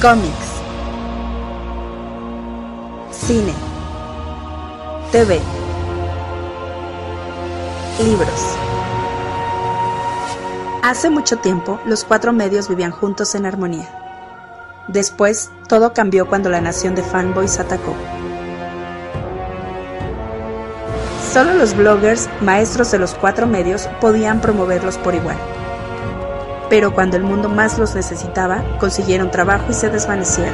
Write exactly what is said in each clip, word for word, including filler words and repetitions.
Cómics, cine, T V, libros. Hace mucho tiempo, los cuatro medios vivían juntos en armonía. Después, todo cambió cuando la nación de fanboys atacó. Solo los bloggers, maestros de los cuatro medios, podían promoverlos por igual. Pero cuando el mundo más los necesitaba, consiguieron trabajo y se desvanecieron.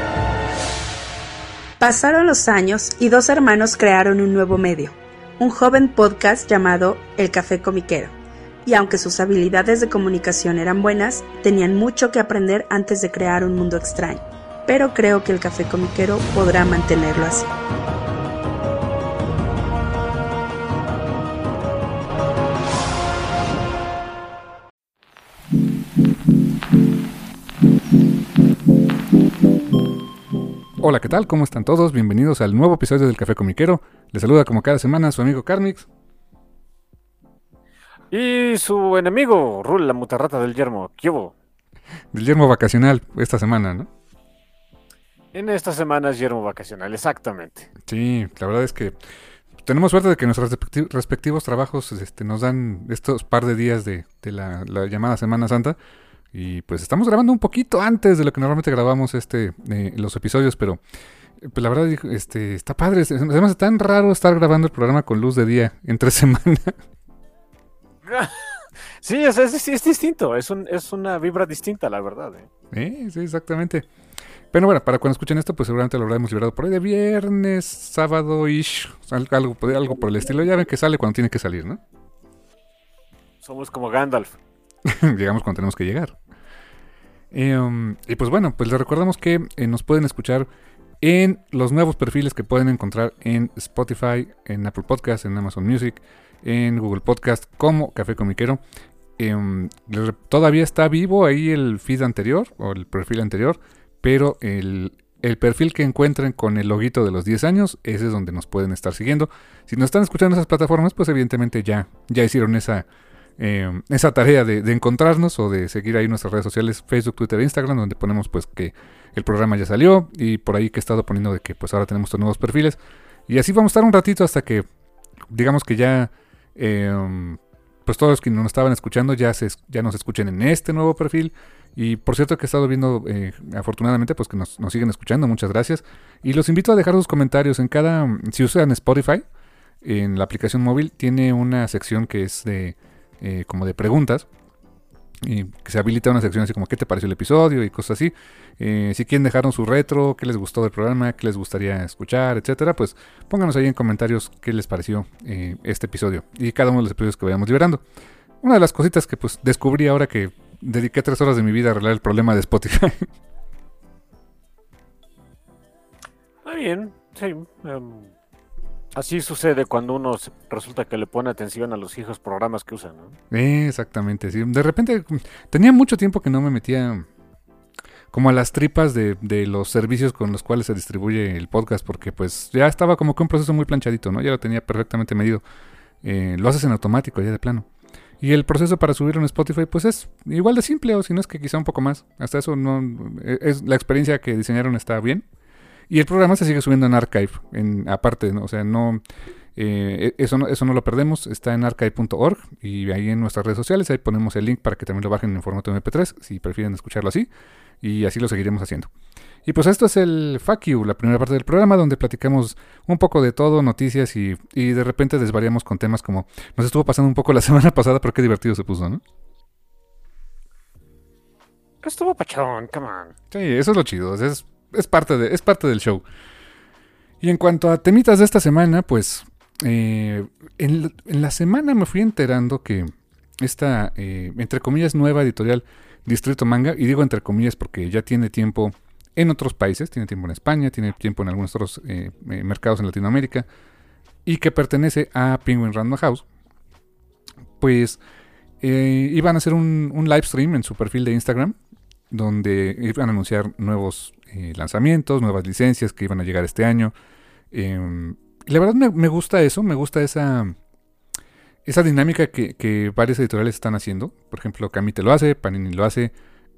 Pasaron los años y dos hermanos crearon un nuevo medio, un joven podcast llamado El Café Comiquero. Y aunque sus habilidades de comunicación eran buenas, tenían mucho que aprender antes de crear un mundo extraño. Pero creo que El Café Comiquero podrá mantenerlo así. Hola, ¿qué tal? ¿Cómo están todos? Bienvenidos al nuevo episodio del Café Comiquero. Les saluda como cada semana su amigo Carmix. Y su enemigo, Rul, la mutarrata del yermo. ¿Qué hubo? Del yermo vacacional esta semana, ¿no? En esta semana es yermo vacacional, exactamente. Sí, la verdad es que tenemos suerte de que nuestros respecti- respectivos trabajos este, nos dan estos par de días de, de la, la llamada Semana Santa. Y pues estamos grabando un poquito antes de lo que normalmente grabamos este eh, los episodios, pero pues la verdad este está padre. Además es tan raro estar grabando el programa con luz de día entre semana. Sí, es, es, es distinto, es, un, es una vibra distinta, la verdad. ¿eh? Eh, sí, exactamente. Pero bueno, para cuando escuchen esto, pues seguramente lo habremos liberado por ahí de viernes, sábado-ish, algo, algo por el estilo. Ya ven que sale cuando tiene que salir, ¿no? Somos como Gandalf. Llegamos cuando tenemos que llegar. Eh, um, y pues bueno, pues les recordamos que eh, nos pueden escuchar en los nuevos perfiles que pueden encontrar en Spotify, en Apple Podcast, en Amazon Music, en Google Podcast como Café Comiquero. Eh, um, todavía está vivo ahí el feed anterior o el perfil anterior, pero el, el perfil que encuentren con el loguito de los diez años, ese es donde nos pueden estar siguiendo. Si nos están escuchando en esas plataformas, pues evidentemente ya, ya hicieron esa... Eh, esa tarea de, de encontrarnos o de seguir ahí nuestras redes sociales, Facebook, Twitter e Instagram, donde ponemos pues que el programa ya salió y por ahí que he estado poniendo de que pues ahora tenemos estos nuevos perfiles y así vamos a estar un ratito hasta que digamos que ya eh, pues todos los que nos estaban escuchando ya, se, ya nos escuchen en este nuevo perfil. Y por cierto que he estado viendo eh, afortunadamente pues que nos, nos siguen escuchando, muchas gracias y los invito a dejar sus comentarios en cada, si usan Spotify en la aplicación móvil tiene una sección que es de Eh, como de preguntas y que se habilita una sección así como qué te pareció el episodio y cosas así. Eh, si quieren dejarnos su retro, qué les gustó del programa, qué les gustaría escuchar, etcétera, pues pónganos ahí en comentarios qué les pareció eh, este episodio y cada uno de los episodios que vayamos liberando. Una de las cositas que pues descubrí ahora que dediqué tres horas de mi vida a arreglar el problema de Spotify. Está bien, sí. Um... Así sucede cuando uno se, resulta que le pone atención a los hijos programas que usan, ¿no? Eh, exactamente, sí. De repente tenía mucho tiempo que no me metía como a las tripas de, de los servicios con los cuales se distribuye el podcast, porque pues ya estaba como que un proceso muy planchadito, ¿no? Ya lo tenía perfectamente medido. Eh, lo haces en automático ya de plano. Y el proceso para subirlo en Spotify pues es igual de simple, o si no es que quizá un poco más. Hasta eso no es la experiencia que diseñaron está bien. Y el programa se sigue subiendo en Archive, en, aparte, ¿no? O sea, no, eh, eso no eso no lo perdemos, está en archive punto org y ahí en nuestras redes sociales, ahí ponemos el link para que también lo bajen en formato eme pe tres, si prefieren escucharlo así, y así lo seguiremos haciendo. Y pues esto es el Fuck You, la primera parte del programa, donde platicamos un poco de todo, noticias, y, y de repente desvariamos con temas como nos estuvo pasando un poco la semana pasada, pero qué divertido se puso, ¿no? Estuvo pachón, come on. Sí, eso es lo chido, es... Es parte, de, es parte del show. Y en cuanto a temitas de esta semana, pues eh, en, en la semana me fui enterando que esta, eh, entre comillas, nueva editorial Distrito Manga, y digo entre comillas porque ya tiene tiempo en otros países, tiene tiempo en España, tiene tiempo en algunos otros eh, eh, mercados en Latinoamérica, y que pertenece a Penguin Random House, pues eh, iban a hacer un, un live stream en su perfil de Instagram, donde iban a anunciar nuevos eh, lanzamientos, nuevas licencias que iban a llegar este año. Eh, la verdad me, me gusta eso, me gusta esa esa dinámica que, que varias editoriales están haciendo. Por ejemplo, Camite lo hace, Panini lo hace,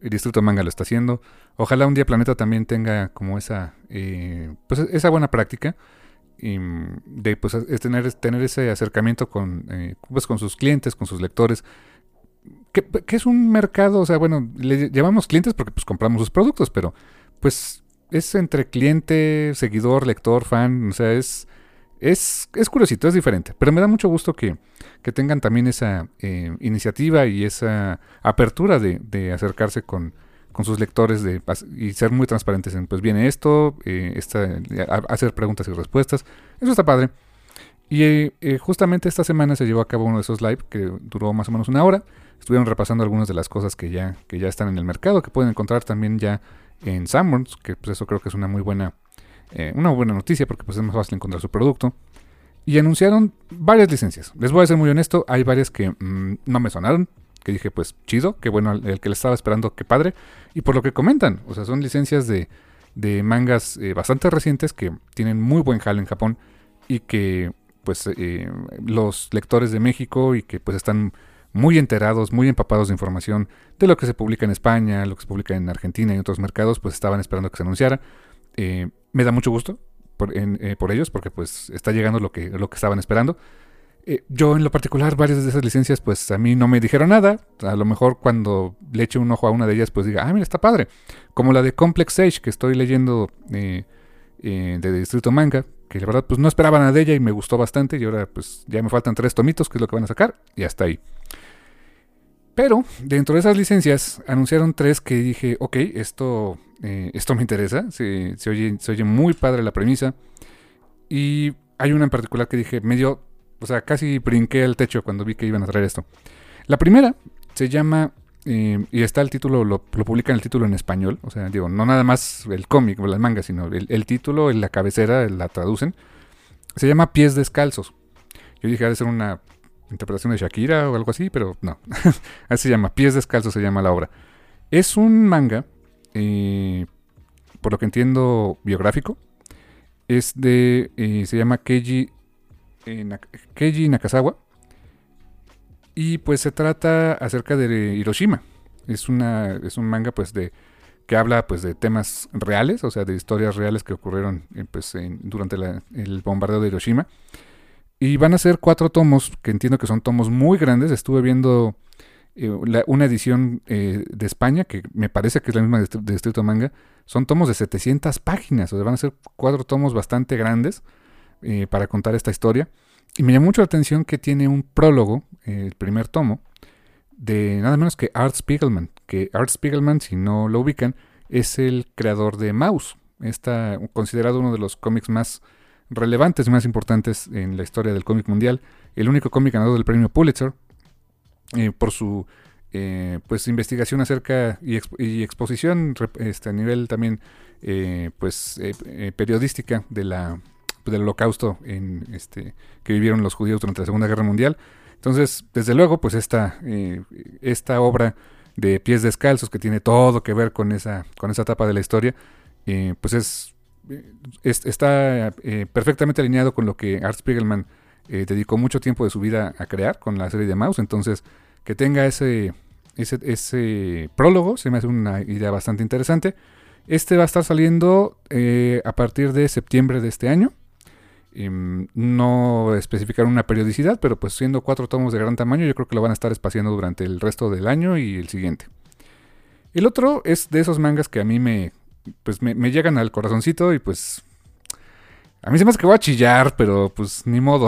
el Distrito Manga lo está haciendo. Ojalá un día Planeta también tenga como esa, eh, pues esa buena práctica y de pues es tener, tener ese acercamiento con, eh, pues con sus clientes, con sus lectores. Que, que es un mercado, o sea, bueno, le llamamos clientes porque pues compramos sus productos, pero pues es entre cliente, seguidor, lector, fan, o sea, es... Es, es curiosito, es diferente, pero me da mucho gusto que, que tengan también esa eh, iniciativa y esa apertura de, de acercarse con, con sus lectores de, y ser muy transparentes en, pues viene esto, eh, esta, a, hacer preguntas y respuestas. Eso está padre. Y eh, eh, justamente esta semana se llevó a cabo uno de esos live que duró más o menos una hora. Estuvieron repasando algunas de las cosas que ya, que ya están en el mercado, que pueden encontrar también ya en Sanborns, que pues eso creo que es una muy buena... Eh, una buena noticia porque pues es más fácil encontrar su producto. Y anunciaron varias licencias. Les voy a ser muy honesto, hay varias que mmm, no me sonaron, que dije pues chido, que bueno, el, el que le estaba esperando, que padre. Y por lo que comentan, o sea, son licencias de, de mangas eh, bastante recientes que tienen muy buen jale en Japón y que pues eh, los lectores de México y que pues están muy enterados, muy empapados de información de lo que se publica en España, lo que se publica en Argentina y en otros mercados, pues estaban esperando que se anunciara. Eh, me da mucho gusto por, en, eh, por ellos porque pues está llegando lo que, lo que estaban esperando. Eh, yo en lo particular varias de esas licencias pues a mí no me dijeron nada. A lo mejor cuando le eche un ojo a una de ellas pues diga, ah mira está padre. Como la de Complex Age que estoy leyendo eh, eh, de Distrito Manga, que la verdad pues no esperaba nada de ella y me gustó bastante y ahora pues ya me faltan tres tomitos que es lo que van a sacar y hasta ahí. Pero dentro de esas licencias anunciaron tres que dije, ok, esto, eh, esto me interesa, se, se, oye, se oye muy padre la premisa. Y hay una en particular que dije, medio, o sea, casi brinqué al techo cuando vi que iban a traer esto. La primera se llama, eh, y está el título, lo, lo publican el título en español, o sea, digo, no nada más el cómic o el manga, sino el, el título, en la cabecera la traducen. Se llama Pies Descalzos. Yo dije, ha de ser una... interpretación de Shakira o algo así, pero no. Así se llama, Pies Descalzos se llama la obra. Es un manga, eh, por lo que entiendo, biográfico. Es de, eh, se llama Keiji, eh, Nak- Keiji Nakazawa. Y pues se trata acerca de Hiroshima. Es una, es un manga pues de que habla pues de temas reales, o sea, de historias reales que ocurrieron eh, pues, en, durante la, el bombardeo de Hiroshima. Y van a ser cuatro tomos, que entiendo que son tomos muy grandes. Estuve viendo eh, la, una edición eh, de España, que me parece que es la misma de, de Distrito Manga. Son tomos de setecientas páginas, o sea, van a ser cuatro tomos bastante grandes eh, para contar esta historia. Y me llamó mucho la atención que tiene un prólogo, eh, el primer tomo, de nada menos que Art Spiegelman. Que Art Spiegelman, si no lo ubican, es el creador de Maus. Está considerado uno de los cómics más relevantes, más importantes en la historia del cómic mundial, el único cómic ganador del premio Pulitzer eh, por su eh, pues investigación acerca y, expo- y exposición este, a nivel también eh, pues eh, eh, periodística de la del holocausto en este que vivieron los judíos durante la Segunda Guerra Mundial. Entonces, desde luego, pues esta eh, esta obra de Pies Descalzos que tiene todo que ver con esa con esa etapa de la historia, eh, pues es Es, está eh, perfectamente alineado con lo que Art Spiegelman eh, dedicó mucho tiempo de su vida a crear con la serie de Maus. Entonces, que tenga ese, ese, ese prólogo se me hace una idea bastante interesante. Este va a estar saliendo eh, a partir de septiembre de este año. Eh, no especificar una periodicidad, pero pues siendo cuatro tomos de gran tamaño, yo creo que lo van a estar espaciando durante el resto del año y el siguiente. El otro es de esos mangas que a mí me... pues me, me llegan al corazoncito y pues a mí se me hace que voy a chillar, pero pues ni modo.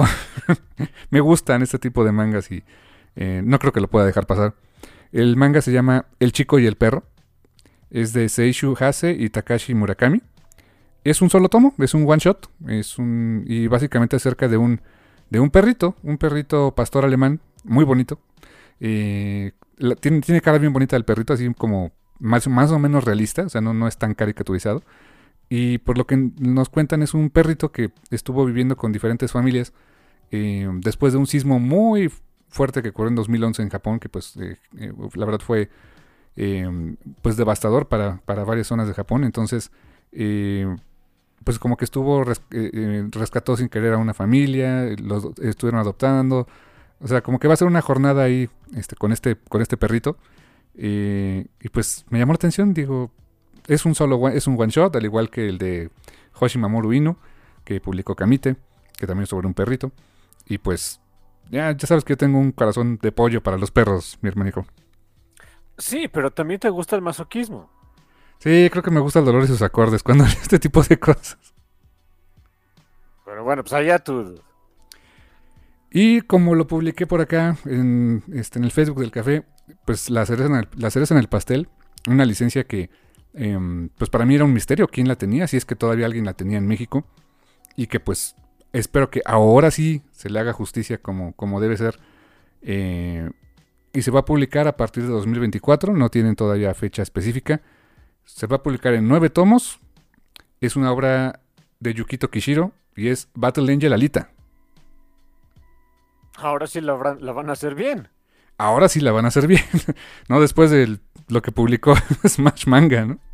Me gustan este tipo de mangas y eh, no creo que lo pueda dejar pasar. El manga se llama El Chico y el Perro. Es de Seishu Hase y Takashi Murakami. Es un solo tomo, es un one shot, es un y básicamente acerca de un de un perrito, un perrito pastor alemán, muy bonito. Eh, la, tiene, tiene cara bien bonita el perrito, así como Más, más o menos realista, o sea, no, no es tan caricaturizado. Y por lo que nos cuentan es un perrito que estuvo viviendo con diferentes familias eh, después de un sismo muy fuerte que ocurrió en dos mil once en Japón, que pues eh, eh, la verdad fue eh, pues devastador para, para varias zonas de Japón. Entonces, eh, pues como que estuvo, res, eh, rescató sin querer a una familia, los estuvieron adoptando. O sea, como que va a ser una jornada ahí este, con, este, con este perrito. Eh, y pues me llamó la atención, digo, es un solo one, es un one shot, al igual que el de Hoshi Mamoru Ino, que publicó Kamite, que también es sobre un perrito. Y pues, ya, ya sabes que yo tengo un corazón de pollo para los perros, mi hermanico. Sí, pero también te gusta el masoquismo. Sí, creo que me gusta el dolor y sus acordes cuando hay este tipo de cosas. Pero bueno, pues allá tú. Y como lo publiqué por acá en, este, en el Facebook del café, pues la cereza en el, la cereza en el pastel, una licencia que eh, pues para mí era un misterio quién la tenía, si es que todavía alguien la tenía en México, y que pues espero que ahora sí se le haga justicia como, como debe ser. Eh, y se va a publicar a partir de dos mil veinticuatro, no tienen todavía fecha específica. Se va a publicar en nueve tomos. Es una obra de Yukito Kishiro y es Battle Angel Alita. Ahora sí la, habrán- la van a hacer bien. Ahora sí la van a hacer bien, ¿no? Después de lo que publicó Smash Manga, ¿no?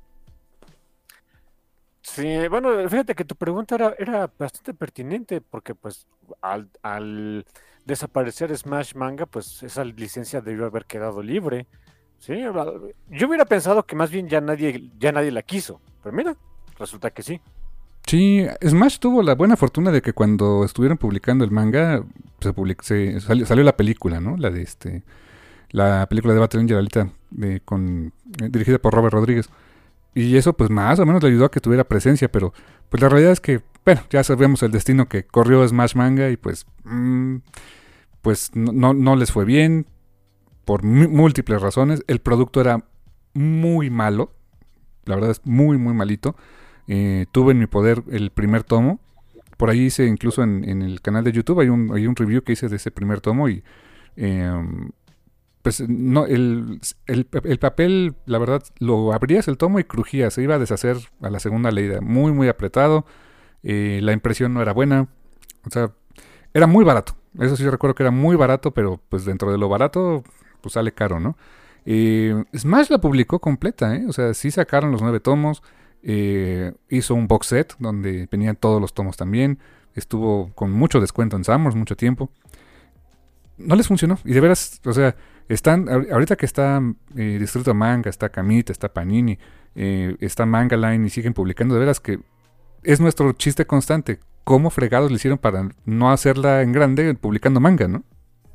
Sí, bueno, fíjate que tu pregunta era, era bastante pertinente porque pues al, al desaparecer Smash Manga, pues esa licencia debió haber quedado libre. Sí, al- yo hubiera pensado que más bien ya nadie, ya nadie la quiso, pero mira, resulta que sí. Sí, Smash tuvo la buena fortuna de que cuando estuvieron publicando el manga, se, public- se salió, salió la película, ¿no? La de este, la película de Battle Angel Alita, de, con, eh, dirigida por Robert Rodríguez. Y eso pues más o menos le ayudó a que tuviera presencia, pero pues la realidad es que, bueno, ya sabemos el destino que corrió Smash Manga y pues, mm, pues no, no, no les fue bien por mu- múltiples razones. El producto era muy malo, la verdad es muy, muy malito. Eh, tuve en mi poder el primer tomo. Por ahí hice incluso en, en el canal de YouTube, hay un, hay un review que hice de ese primer tomo y eh, pues no, el, el, el papel, la verdad, lo abrías el tomo y crujía, se iba a deshacer a la segunda leída, muy muy apretado, eh, la impresión no era buena, o sea, era muy barato, eso sí recuerdo que era muy barato, pero pues dentro de lo barato, pues sale caro, ¿no? Eh, Smash la publicó completa, ¿eh? O sea, sí sacaron los nueve tomos, eh, hizo un box set donde venían todos los tomos también, estuvo con mucho descuento en Summers, mucho tiempo. No les funcionó. Y de veras, o sea, están, ahor- ahorita que está eh, Distrito Manga, está Kamita, está Panini, eh, está Manga Line y siguen publicando, de veras que es nuestro chiste constante. ¿Cómo fregados le hicieron para no hacerla en grande publicando manga, no?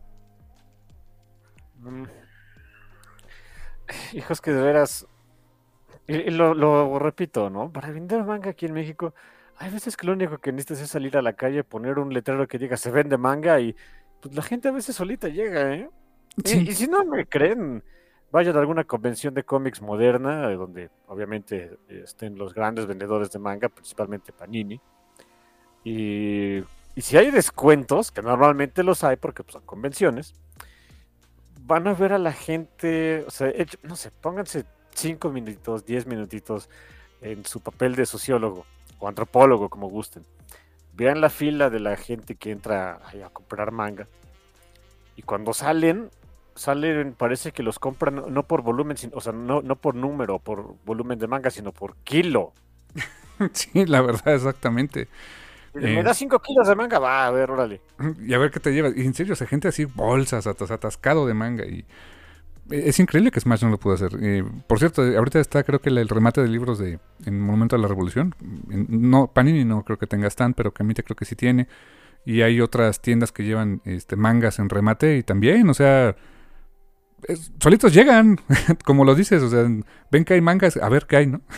Mm, Hijos que de veras, y, y lo, lo repito, ¿no? Para vender manga aquí en México, hay veces que lo único que necesitas es salir a la calle, poner un letrero que diga se vende manga y pues la gente a veces solita llega, ¿eh? Y, Sí. y si no me creen, vayan a alguna convención de cómics moderna, eh, donde obviamente eh, estén los grandes vendedores de manga, principalmente Panini. Y, y si hay descuentos, que normalmente los hay porque pues, son convenciones, van a ver a la gente, o sea, ech- no sé, pónganse cinco minutitos, diez minutitos en su papel de sociólogo o antropólogo, como gusten. Vean la fila de la gente que entra ahí a comprar manga. Y cuando salen, salen, parece que los compran no no por volumen, sino- o sea, no, no por número, por volumen de manga, sino por kilo. Sí, la verdad, exactamente. Y de, me Eh, da cinco kilos de manga, va, a ver, órale. y a ver qué te llevas. Y en serio, o sea, gente así, bolsas, atas- atascado de manga. Y eh, es increíble que Smash no lo pudo hacer. Eh, por cierto, eh, ahorita está creo que el, el remate de libros de en Monumento a la Revolución. En- no, Panini no creo que tenga stand, pero Kamite creo que sí tiene. Y hay otras tiendas que llevan este, mangas en remate y también, o sea, es- solitos llegan, como lo dices, o sea, ven que hay mangas, a ver qué hay, ¿no?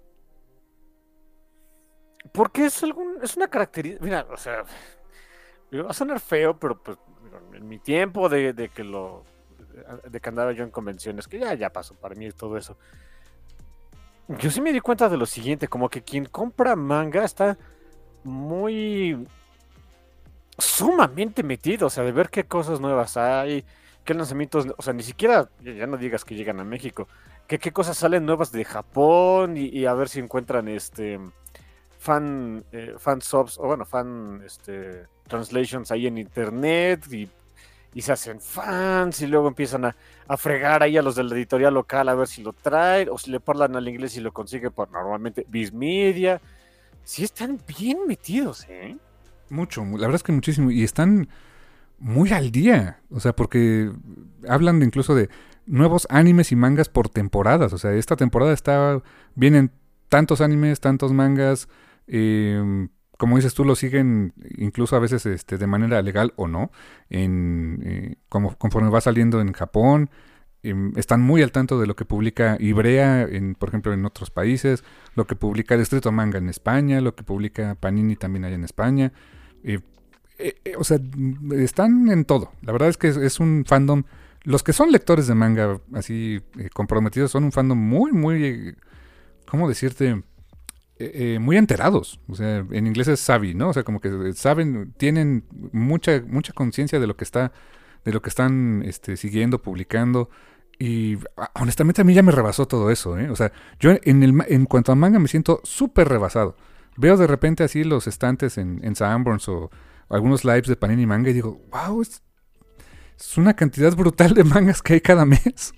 Porque es algún, es una característica, mira, o sea, va a sonar feo, pero pues en mi tiempo de, de que lo, de que andaba yo en convenciones, que ya, ya pasó para mí todo eso. Yo sí me di cuenta de lo siguiente, como que quien compra manga está muy sumamente metido, o sea, de ver qué cosas nuevas hay, qué lanzamientos, o sea, ni siquiera, ya ya no digas que llegan a México, que qué cosas salen nuevas de Japón y, y a ver si encuentran este fan, eh, fan subs, o bueno, fan este, translations ahí en internet y, y se hacen fans y luego empiezan a, a fregar ahí a los de la editorial local a ver si lo traen o si le parlan al inglés y lo consiguen por normalmente Viz Media. Sí están bien metidos, ¿eh? Mucho, mu- la verdad es que muchísimo. Y están muy al día. O sea, porque hablan de incluso de nuevos animes y mangas por temporadas. O sea, esta temporada está, vienen tantos animes, tantos mangas, eh, como dices tú, lo siguen incluso a veces este, de manera legal o no, en, eh, como, conforme va saliendo en Japón. Eh, están muy al tanto de lo que publica Ibrea, en, por ejemplo, en otros países, lo que publica el Distrito Manga en España, lo que publica Panini también allá en España. Eh, eh, eh, o sea, están en todo. La verdad es que es, es un fandom. Los que son lectores de manga así eh, comprometidos son un fandom muy, muy, eh, ¿cómo decirte? Eh, eh, muy enterados, o sea, en inglés es savvy, ¿no? O sea, como que saben, tienen mucha mucha conciencia de lo que está, de lo que están este, siguiendo, publicando, y ah, honestamente a mí ya me rebasó todo eso, ¿eh? O sea, yo en el en cuanto a manga me siento súper rebasado. Veo de repente así los estantes en, en Sanborns o, o algunos lives de Panini Manga y digo, wow, es, es una cantidad brutal de mangas que hay cada mes.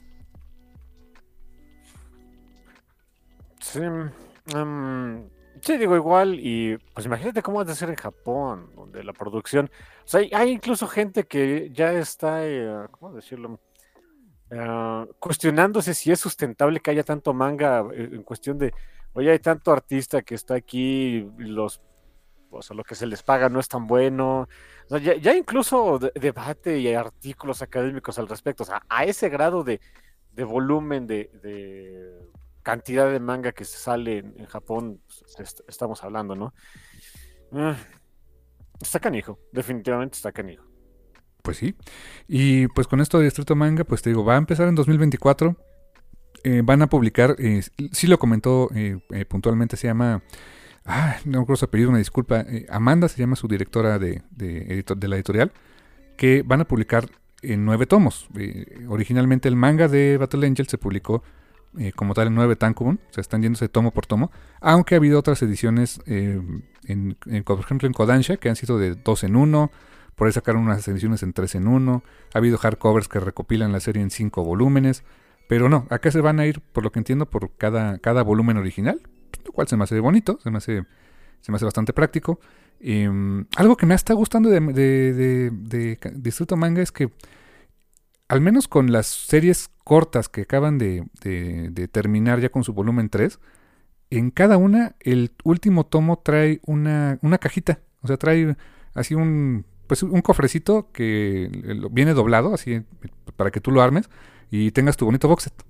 Sí. Um, sí, digo igual, y pues imagínate cómo ha de ser en Japón, donde la producción, o sea, hay, hay incluso gente que ya está, eh, ¿cómo decirlo? Uh, cuestionándose si es sustentable que haya tanto manga eh, en cuestión de, oye, hay tanto artista que está aquí, y los, o sea, lo que se les paga no es tan bueno, o sea, ya, ya incluso de, debate y artículos académicos al respecto, o sea, a ese grado de, de volumen de, de cantidad de manga que se sale en, en Japón, pues, est estamos hablando, ¿no? Uh, está canijo, definitivamente está canijo. Pues sí. Y pues con esto de Distrito Manga, pues te digo, va a empezar en dos mil veinticuatro. Eh, van a publicar, eh, sí lo comentó eh, eh, puntualmente, se llama, ah, no recuerdo su apellido, una disculpa, eh, Amanda se llama su directora de, de, editor, de la editorial, que van a publicar en nueve tomos. Eh, originalmente el manga de Battle Angel se publicó Eh, como tal en nueve tankobon, o sea, están yéndose tomo por tomo, aunque ha habido otras ediciones, eh, en, en, por ejemplo en Kodansha, que han sido de dos en uno, por ahí sacaron unas ediciones en tres en uno, ha habido hardcovers que recopilan la serie en cinco volúmenes, pero no, acá se van a ir, por lo que entiendo, por cada, cada volumen original, lo cual se me hace bonito, se me hace, se me hace bastante práctico. Eh, algo que me está gustando de, de, de, de, de Distrito Manga es que al menos con las series cortas que acaban de, de, de terminar ya con su volumen tres, en cada una el último tomo trae una, una cajita. O sea, trae así un, pues un cofrecito que viene doblado, así para que tú lo armes y tengas tu bonito box set.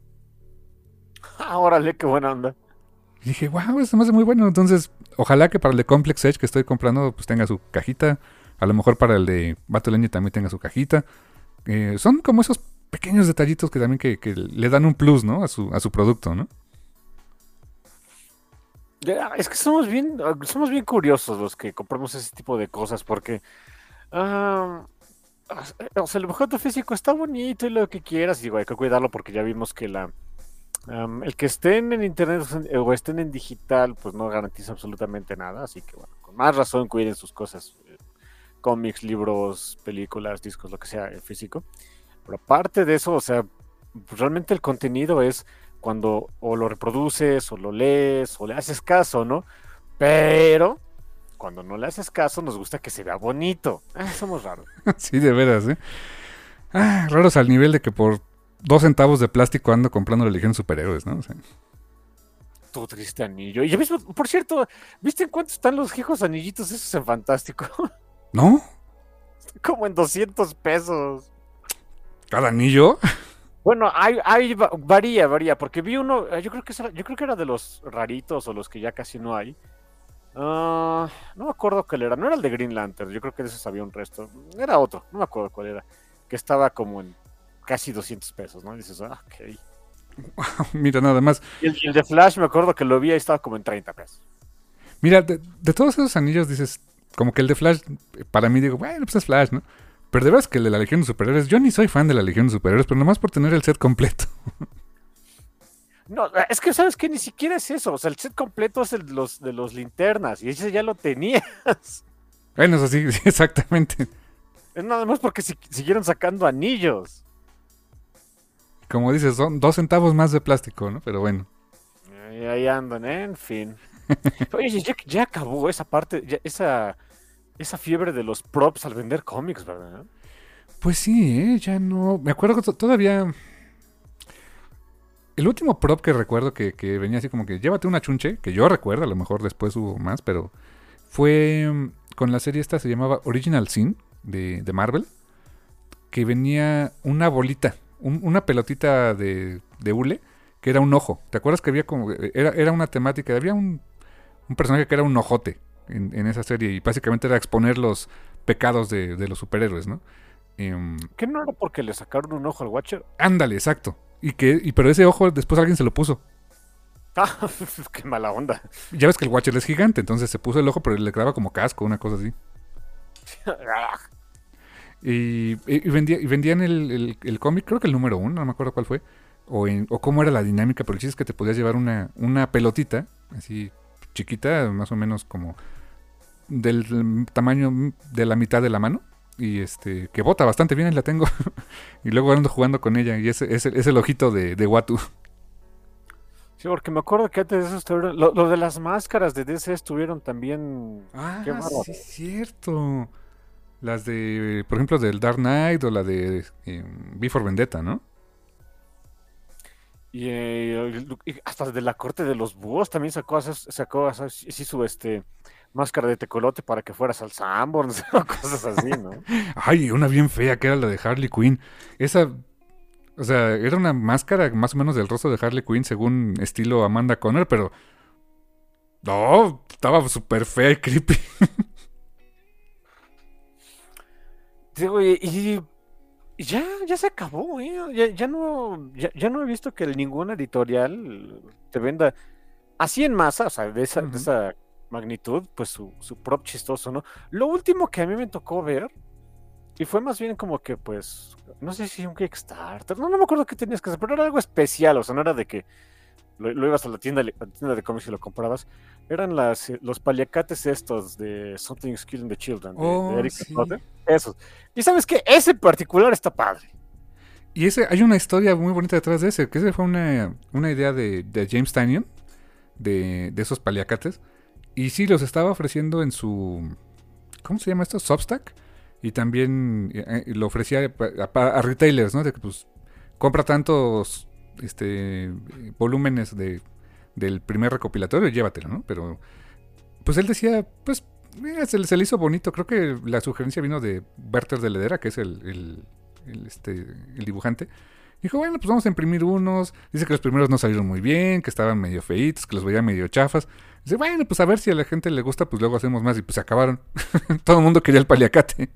Ah, órale, qué buena onda. Y dije, wow, eso me hace muy bueno. Entonces, ojalá que para el de Complex Edge que estoy comprando, pues tenga su cajita. A lo mejor para el de Battle Angel también tenga su cajita. Eh, son como esos pequeños detallitos que también que, que le dan un plus, ¿no? A su, a su producto, ¿no? Es que somos bien, somos bien curiosos los que compramos ese tipo de cosas, porque uh, o sea, el objeto físico está bonito y lo que quieras, y digo, hay que cuidarlo porque ya vimos que la um, el que estén en internet o estén en digital, pues no garantiza absolutamente nada, así que bueno, con más razón cuiden sus cosas. Cómics, libros, películas, discos, lo que sea, el físico. Pero aparte de eso, o sea, pues realmente el contenido es cuando o lo reproduces, o lo lees, o le haces caso, ¿no? Pero cuando no le haces caso, nos gusta que se vea bonito. Ah, somos raros. Sí, de veras, ¿eh? Ah, raros al nivel de que por dos centavos de plástico ando comprando la Legión de Superhéroes, ¿no? O sea, tu triste anillo. Y ya ves, por cierto, ¿viste en cuánto están los viejos anillitos esos en Fantástico? ¿No? Como en doscientos pesos. ¿Cada anillo? Bueno, hay, hay, varía, varía, porque vi uno, yo creo que era, yo creo que era de los raritos o los que ya casi no hay. Uh, no me acuerdo cuál era, no era el de Green Lantern, yo creo que de esos había un resto. Era otro, no me acuerdo cuál era, que estaba como en casi doscientos pesos, ¿no? Y dices, ah, ok. Mira, nada más. Y el, el de Flash, me acuerdo que lo vi y estaba como en treinta pesos. Mira, de, de todos esos anillos dices, como que el de Flash, para mí digo, bueno, pues es Flash, ¿no? Pero de veras que el de la Legión de Superhéroes, yo ni soy fan de la Legión de Superhéroes, pero nomás por tener el set completo. No, es que sabes que ni siquiera es eso, o sea, el set completo es el de los, de los linternas, y ese ya lo tenías. Bueno, eso sí, sí, exactamente. Es nada más porque si, siguieron sacando anillos. Como dices, son dos centavos más de plástico, ¿no? Pero bueno. Ahí, ahí andan, ¿eh? En fin. Oye, ya, ya acabó esa parte, ya, esa, esa fiebre de los props al vender cómics, ¿verdad? Pues sí, ¿eh? Ya no... Me acuerdo que todavía... el último prop que recuerdo que, que venía así como que llévate una chunche, que yo recuerdo, a lo mejor después hubo más, pero fue um, con la serie esta, se llamaba Original Sin de, de Marvel, que venía una bolita, un, una pelotita de, de hule, que era un ojo. ¿Te acuerdas que había como, era, era una temática, había un, un personaje que era un ojote en, en esa serie y básicamente era exponer los pecados de, de los superhéroes, ¿no? Um, ¿Qué no era porque le sacaron un ojo al Watcher? ándale, exacto. Y que, y, pero ese ojo después alguien se lo puso. Ah, qué mala onda. Ya ves que el Watcher es gigante, entonces se puso el ojo, pero le quedaba como casco, una cosa así. y, y, vendía, y vendían el, el, el cómic, creo que el número uno, no me acuerdo cuál fue, o, en, o cómo era la dinámica, pero el chiste es que te podías llevar una, una pelotita, así chiquita, más o menos como del tamaño de la mitad de la mano. Y este, que bota bastante bien, la tengo. Y luego ando jugando con ella. Y ese es, es el ojito de, de Watu. Sí, porque me acuerdo que antes de eso estuvieron, lo, lo de las máscaras de D C estuvieron también. Ah, qué bárbaro. sí, es cierto. Las de, por ejemplo, del Dark Knight o la de eh, V for Vendetta, ¿no? Y, eh, y hasta de la corte de los búhos también sacó, sacó así su este máscara de tecolote para que fueras al Sanborns o cosas así, ¿no? Ay, una bien fea que era la de Harley Quinn. Esa, o sea, era una máscara más o menos del rostro de Harley Quinn según estilo Amanda Conner, pero no, estaba súper fea y creepy. Digo, y, y ya, ya se acabó, ¿eh? Ya, ya no, ya, ya no he visto que ninguna editorial te venda así en masa, o sea, de esa, uh-huh. de esa magnitud, pues su, su prop chistoso, ¿no? Lo último que a mí me tocó ver, y fue más bien como que, pues, no sé si un Kickstarter, no, no me acuerdo qué tenías que hacer, pero era algo especial, o sea, no era de que lo, lo ibas a la tienda, a la tienda de cómics y lo comprabas, eran las, los paliacates estos de Something's Killing the Children, de, oh, de Eric sí. Potter, esos. Y sabes qué, ese en particular está padre. Y ese, hay una historia muy bonita detrás de ese, que ese fue una, una idea de, de James Tynion, de, de esos paliacates. Y sí, los estaba ofreciendo en su... ¿Cómo se llama esto? Substack. Y también eh, lo ofrecía a, a, a retailers, ¿no? De que pues compra tantos este, volúmenes de, del primer recopilatorio y llévatelo, ¿no? Pero pues él decía, pues mira, se, se le hizo bonito. Creo que la sugerencia vino de Werther de Ledera, que es el, el, el, este, el dibujante. Dijo, bueno, pues vamos a imprimir unos. Dice que los primeros no salieron muy bien, que estaban medio feitos, que los veía medio chafas. Dice, bueno, pues a ver si a la gente le gusta, pues luego hacemos más. Y pues se acabaron. Todo el mundo quería el paliacate.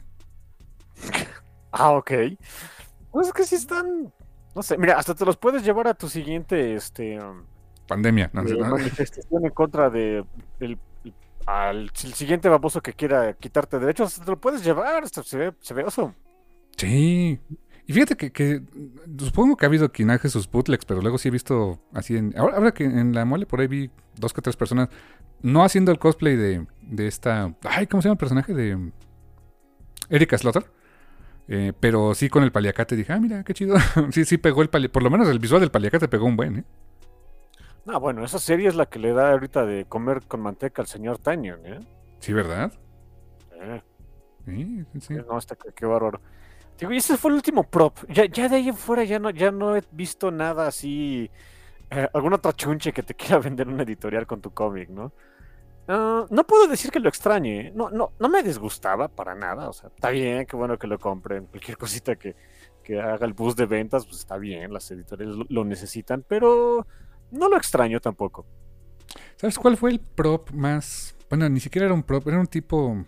Ah, ok. Pues es que sí están... No sé, mira, hasta te los puedes llevar a tu siguiente, este... Pandemia. No, eh, no. manifestación en contra de... El, el, al, el siguiente baboso que quiera quitarte derechos, hasta te lo puedes llevar. Hasta se ve, se ve oso. Sí. Y fíjate que, que supongo que ha habido quien hace sus bootlegs, pero luego sí he visto así en... Ahora, ahora que en la mole por ahí vi dos que tres personas no haciendo el cosplay de, de esta... Ay, ¿cómo se llama el personaje? De Erika Slaughter. Eh, pero sí con el paliacate dije, ah, mira, qué chido. sí, sí pegó el paliacate. Por lo menos el visual del paliacate pegó un buen, ¿eh? No, bueno, esa serie es la que le da ahorita de comer con manteca al señor Tynion, ¿eh? Sí, ¿verdad? Eh. Sí, sí, sí. No, hasta que qué bárbaro. Digo, y ese fue el último prop. Ya, ya de ahí en fuera ya no, ya no he visto nada así. Eh, algún otro chunche que te quiera vender una editorial con tu cómic, ¿no? Uh, no puedo decir que lo extrañe. No, no, no me disgustaba para nada. O sea, está bien, qué bueno que lo compren. Cualquier cosita que, que haga el boost de ventas, pues está bien. Las editoriales lo, lo necesitan, pero no lo extraño tampoco. ¿Sabes cuál fue el prop más? Bueno, ni siquiera era un prop, era un tipo.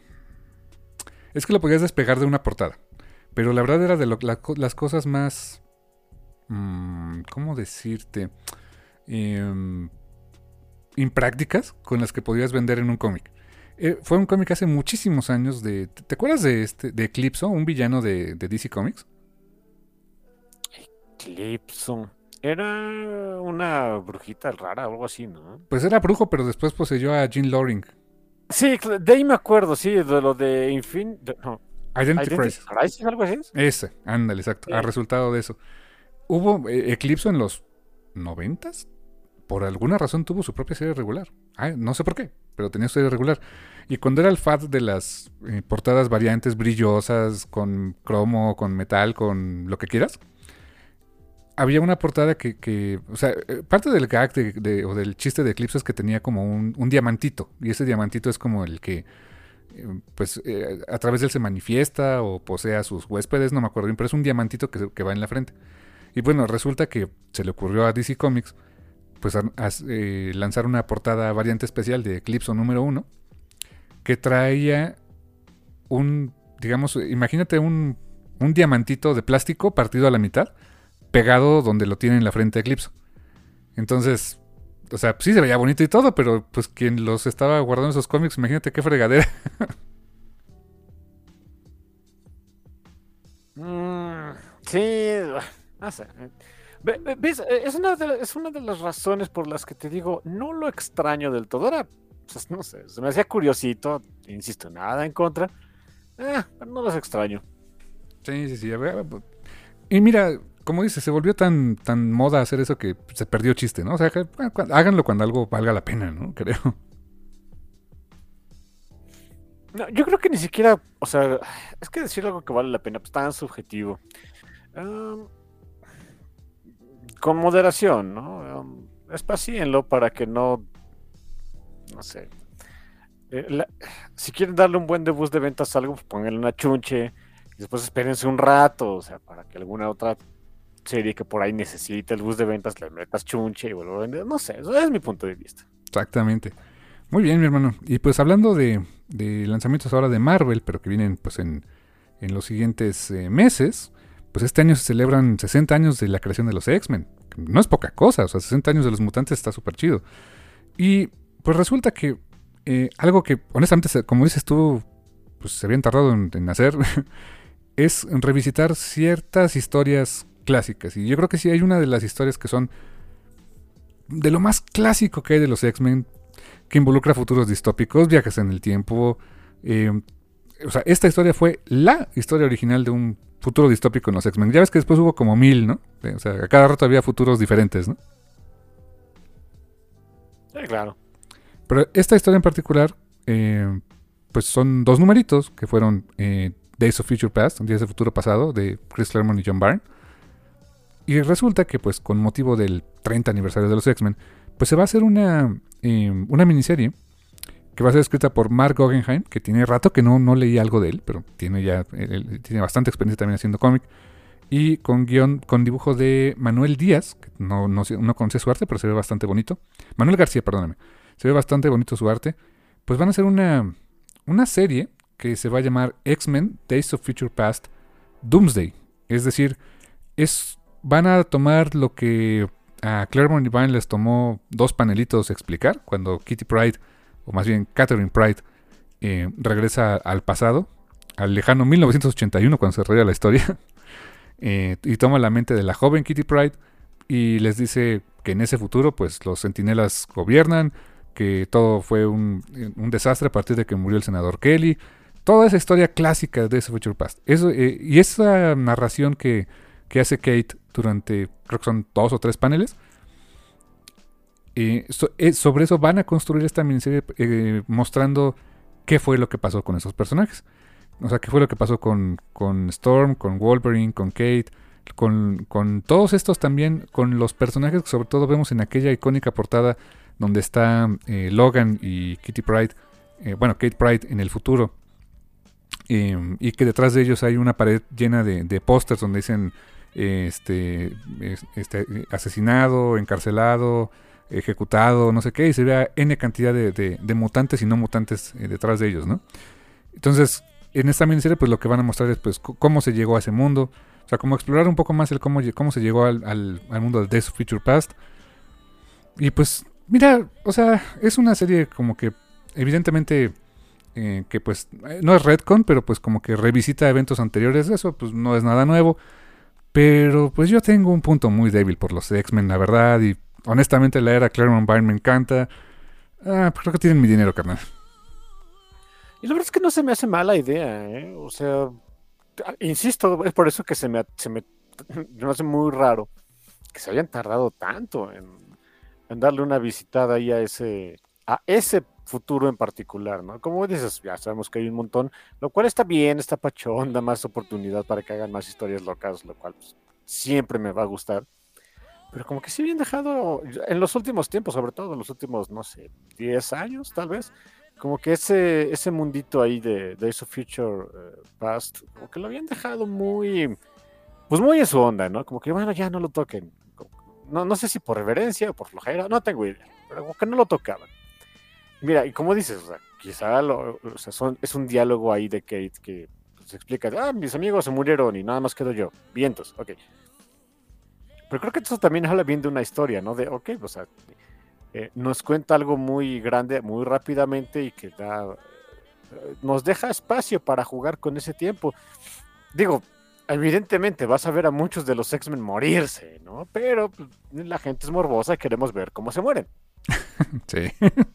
Es que lo podías despegar de una portada. Pero la verdad era de lo, la, las cosas más... Mmm, ¿Cómo decirte? Eh, imprácticas con las que podías vender en un cómic. Eh, fue un cómic hace muchísimos años de... ¿Te acuerdas de este de Eclipso, un villano de, de D C Comics? Eclipso. Era una brujita rara o algo así, ¿no? Pues era brujo, pero después poseyó a Jean Loring. Sí, de ahí me acuerdo, sí, de lo de Infin... De, no. Identity, Identity Crisis. Crisis, algo así. Ese, ándale, exacto. Sí. A resultado de eso. Hubo eh, Eclipso en los noventas. Por alguna razón tuvo su propia serie regular. Ah, no sé por qué, pero tenía su serie regular. Y cuando era el fad de las eh, portadas variantes, brillosas, con cromo, con metal, con lo que quieras, había una portada que, que o sea, eh, parte del gag de, de- o del chiste de Eclipse es que tenía como un, un diamantito, y ese diamantito es como el que, eh, pues, eh, a través de él se manifiesta o posee a sus huéspedes, no me acuerdo bien, pero es un diamantito que, se- que va en la frente. Y bueno, resulta que se le ocurrió a D C Comics, pues, a- a- eh, lanzar una portada variante especial de Eclipse número uno, que traía un, digamos, imagínate un, un diamantito de plástico partido a la mitad, pegado donde lo tiene en la frente Eclipse. Entonces, o sea, sí se veía bonito y todo, pero pues quien los estaba guardando esos cómics, imagínate qué fregadera. Mm, sí, no sé. Ve- ve- ¿Ves? Eh, Es una de, es una de las razones por las que te digo, no lo extraño del todo. Ahora, pues, no sé, se me hacía curiosito, insisto, nada en contra. Eh, pero no los extraño. Sí, sí, sí. A ver, pues, y mira, como dices, se volvió tan, tan moda hacer eso que se perdió chiste, ¿no? O sea, que, bueno, cu- háganlo cuando algo valga la pena, ¿no? Creo. No, yo creo que ni siquiera, o sea, es que decir algo que vale la pena, pues tan subjetivo. Am, con moderación, ¿no? Am, espacíenlo para que no, no sé. eh, la- si quieren darle un buen debut de ventas a algo, pues pónganle una chunche y después espérense un rato, o sea, para que alguna otra serie que por ahí necesite el bus de ventas le metas chunche y vuelva a vender. No sé, eso es mi punto de vista. Exactamente. Muy bien, mi hermano. Y pues hablando de, de lanzamientos ahora de Marvel, pero que vienen pues en, en los siguientes eh, meses, pues este año se celebran sesenta años de la creación de los X-Men. No es poca cosa, o sea, sesenta años de los mutantes está súper chido. Y pues resulta que eh, algo que honestamente, se- como dices tú, pues se habían tardado en, en hacer, es revisitar ciertas historias clásicas. Y yo creo que sí hay una de las historias que son de lo más clásico que hay de los X-Men, que involucra futuros distópicos, viajes en el tiempo. eh, o sea, esta historia fue la historia original de un futuro distópico en los X-Men. Ya ves que después hubo como mil, ¿no? Eh, O sea, a cada rato había futuros diferentes, ¿no? Sí, claro. Pero esta historia en particular, eh, pues son dos numeritos que fueron eh, Days of Future Past, Días de Futuro Pasado, de Chris Claremont y John Byrne. Y resulta que, pues, con motivo del treinta aniversario de los X-Men, pues se va a hacer una, eh, una miniserie que va a ser escrita por Mark Guggenheim, que tiene rato que no, no leí algo de él, pero tiene ya él- él tiene bastante experiencia también haciendo cómic. Y con guión, con dibujo de Manuel Díaz, que no, no, sé- no conocí su arte, pero se ve bastante bonito. Manuel García, perdóname. Se ve bastante bonito su arte. Pues van a hacer una, una serie que se va a llamar X-Men Days of Future Past Doomsday. Es decir, es, van a tomar lo que a Claremont y Byrne les tomó dos panelitos explicar, cuando Kitty Pryde, o más bien Catherine Pryde, eh, regresa al pasado, al lejano mil novecientos ochenta y uno, cuando se desarrolla la historia, eh, y toma la mente de la joven Kitty Pryde y les dice que en ese futuro pues los centinelas gobiernan, que todo fue un, un desastre a partir de que murió el senador Kelly. Toda esa historia clásica de ese Future Past. Eso, eh, y esa narración que, que hace Kate durante, creo que son dos o tres paneles, eh, so- eh, sobre eso van a construir esta miniserie eh, mostrando qué fue lo que pasó con esos personajes. O sea, qué fue lo que pasó con, con Storm, con Wolverine, con Kate, con, con todos estos también, con los personajes que sobre todo vemos en aquella icónica portada donde está eh, Logan y Kitty Pryde, eh, bueno, Kate Pryde en el futuro, eh, y que detrás de ellos hay una pared llena de, de pósters donde dicen eh, este, es- este, eh, asesinado, encarcelado, ejecutado, no sé qué, y se vea N cantidad de, de- de mutantes y no mutantes eh, detrás de ellos, ¿no? Entonces, en esta miniserie, pues lo que van a mostrar es pues c- cómo se llegó a ese mundo. O sea, como explorar un poco más el cómo, lle- cómo se llegó al, al, al mundo de Days of Future Past. Y pues, mira, o sea, es una serie como que evidentemente eh, que pues eh, no es retcon, pero pues como que revisita eventos anteriores. Eso pues no es nada nuevo. Pero pues yo tengo un punto muy débil por los X-Men, la verdad. Y honestamente la era Claremont Byrne me encanta. Ah, pues creo que tienen mi dinero, carnal. Y la verdad es que no se me hace mala idea, ¿eh? O sea, ah, insisto, es por eso que se me, se me, me hace muy raro que se hayan tardado tanto en, en darle una visitada ahí a ese, a ese futuro en particular, ¿no? Como dices, ya sabemos que hay un montón, lo cual está bien, está pachón, da más oportunidad para que hagan más historias locas, lo cual pues, siempre me va a gustar. pero como que sí habían dejado, en los últimos tiempos, sobre todo en los últimos, no sé, diez años tal vez, como que ese, ese mundito ahí de Days of Future eh, Past, como que lo habían dejado muy, pues muy en su onda, ¿no? Como que, bueno, ya no lo toquen. No, no sé si por reverencia o por flojera, no tengo idea, pero como que no lo tocaban. Mira, y como dices, o sea, quizá lo, o sea, son, es un diálogo ahí de Kate que se explica, ah, mis amigos se murieron y nada más quedo yo. Vientos, ok. Pero creo que eso también habla bien de una historia, ¿no? De, ok, o sea, eh, nos cuenta algo muy grande, muy rápidamente y que da, eh, nos deja espacio para jugar con ese tiempo. Digo, evidentemente vas a ver a muchos de los X-Men morirse, ¿no? Pero pues, la gente es morbosa y queremos ver cómo se mueren. Sí.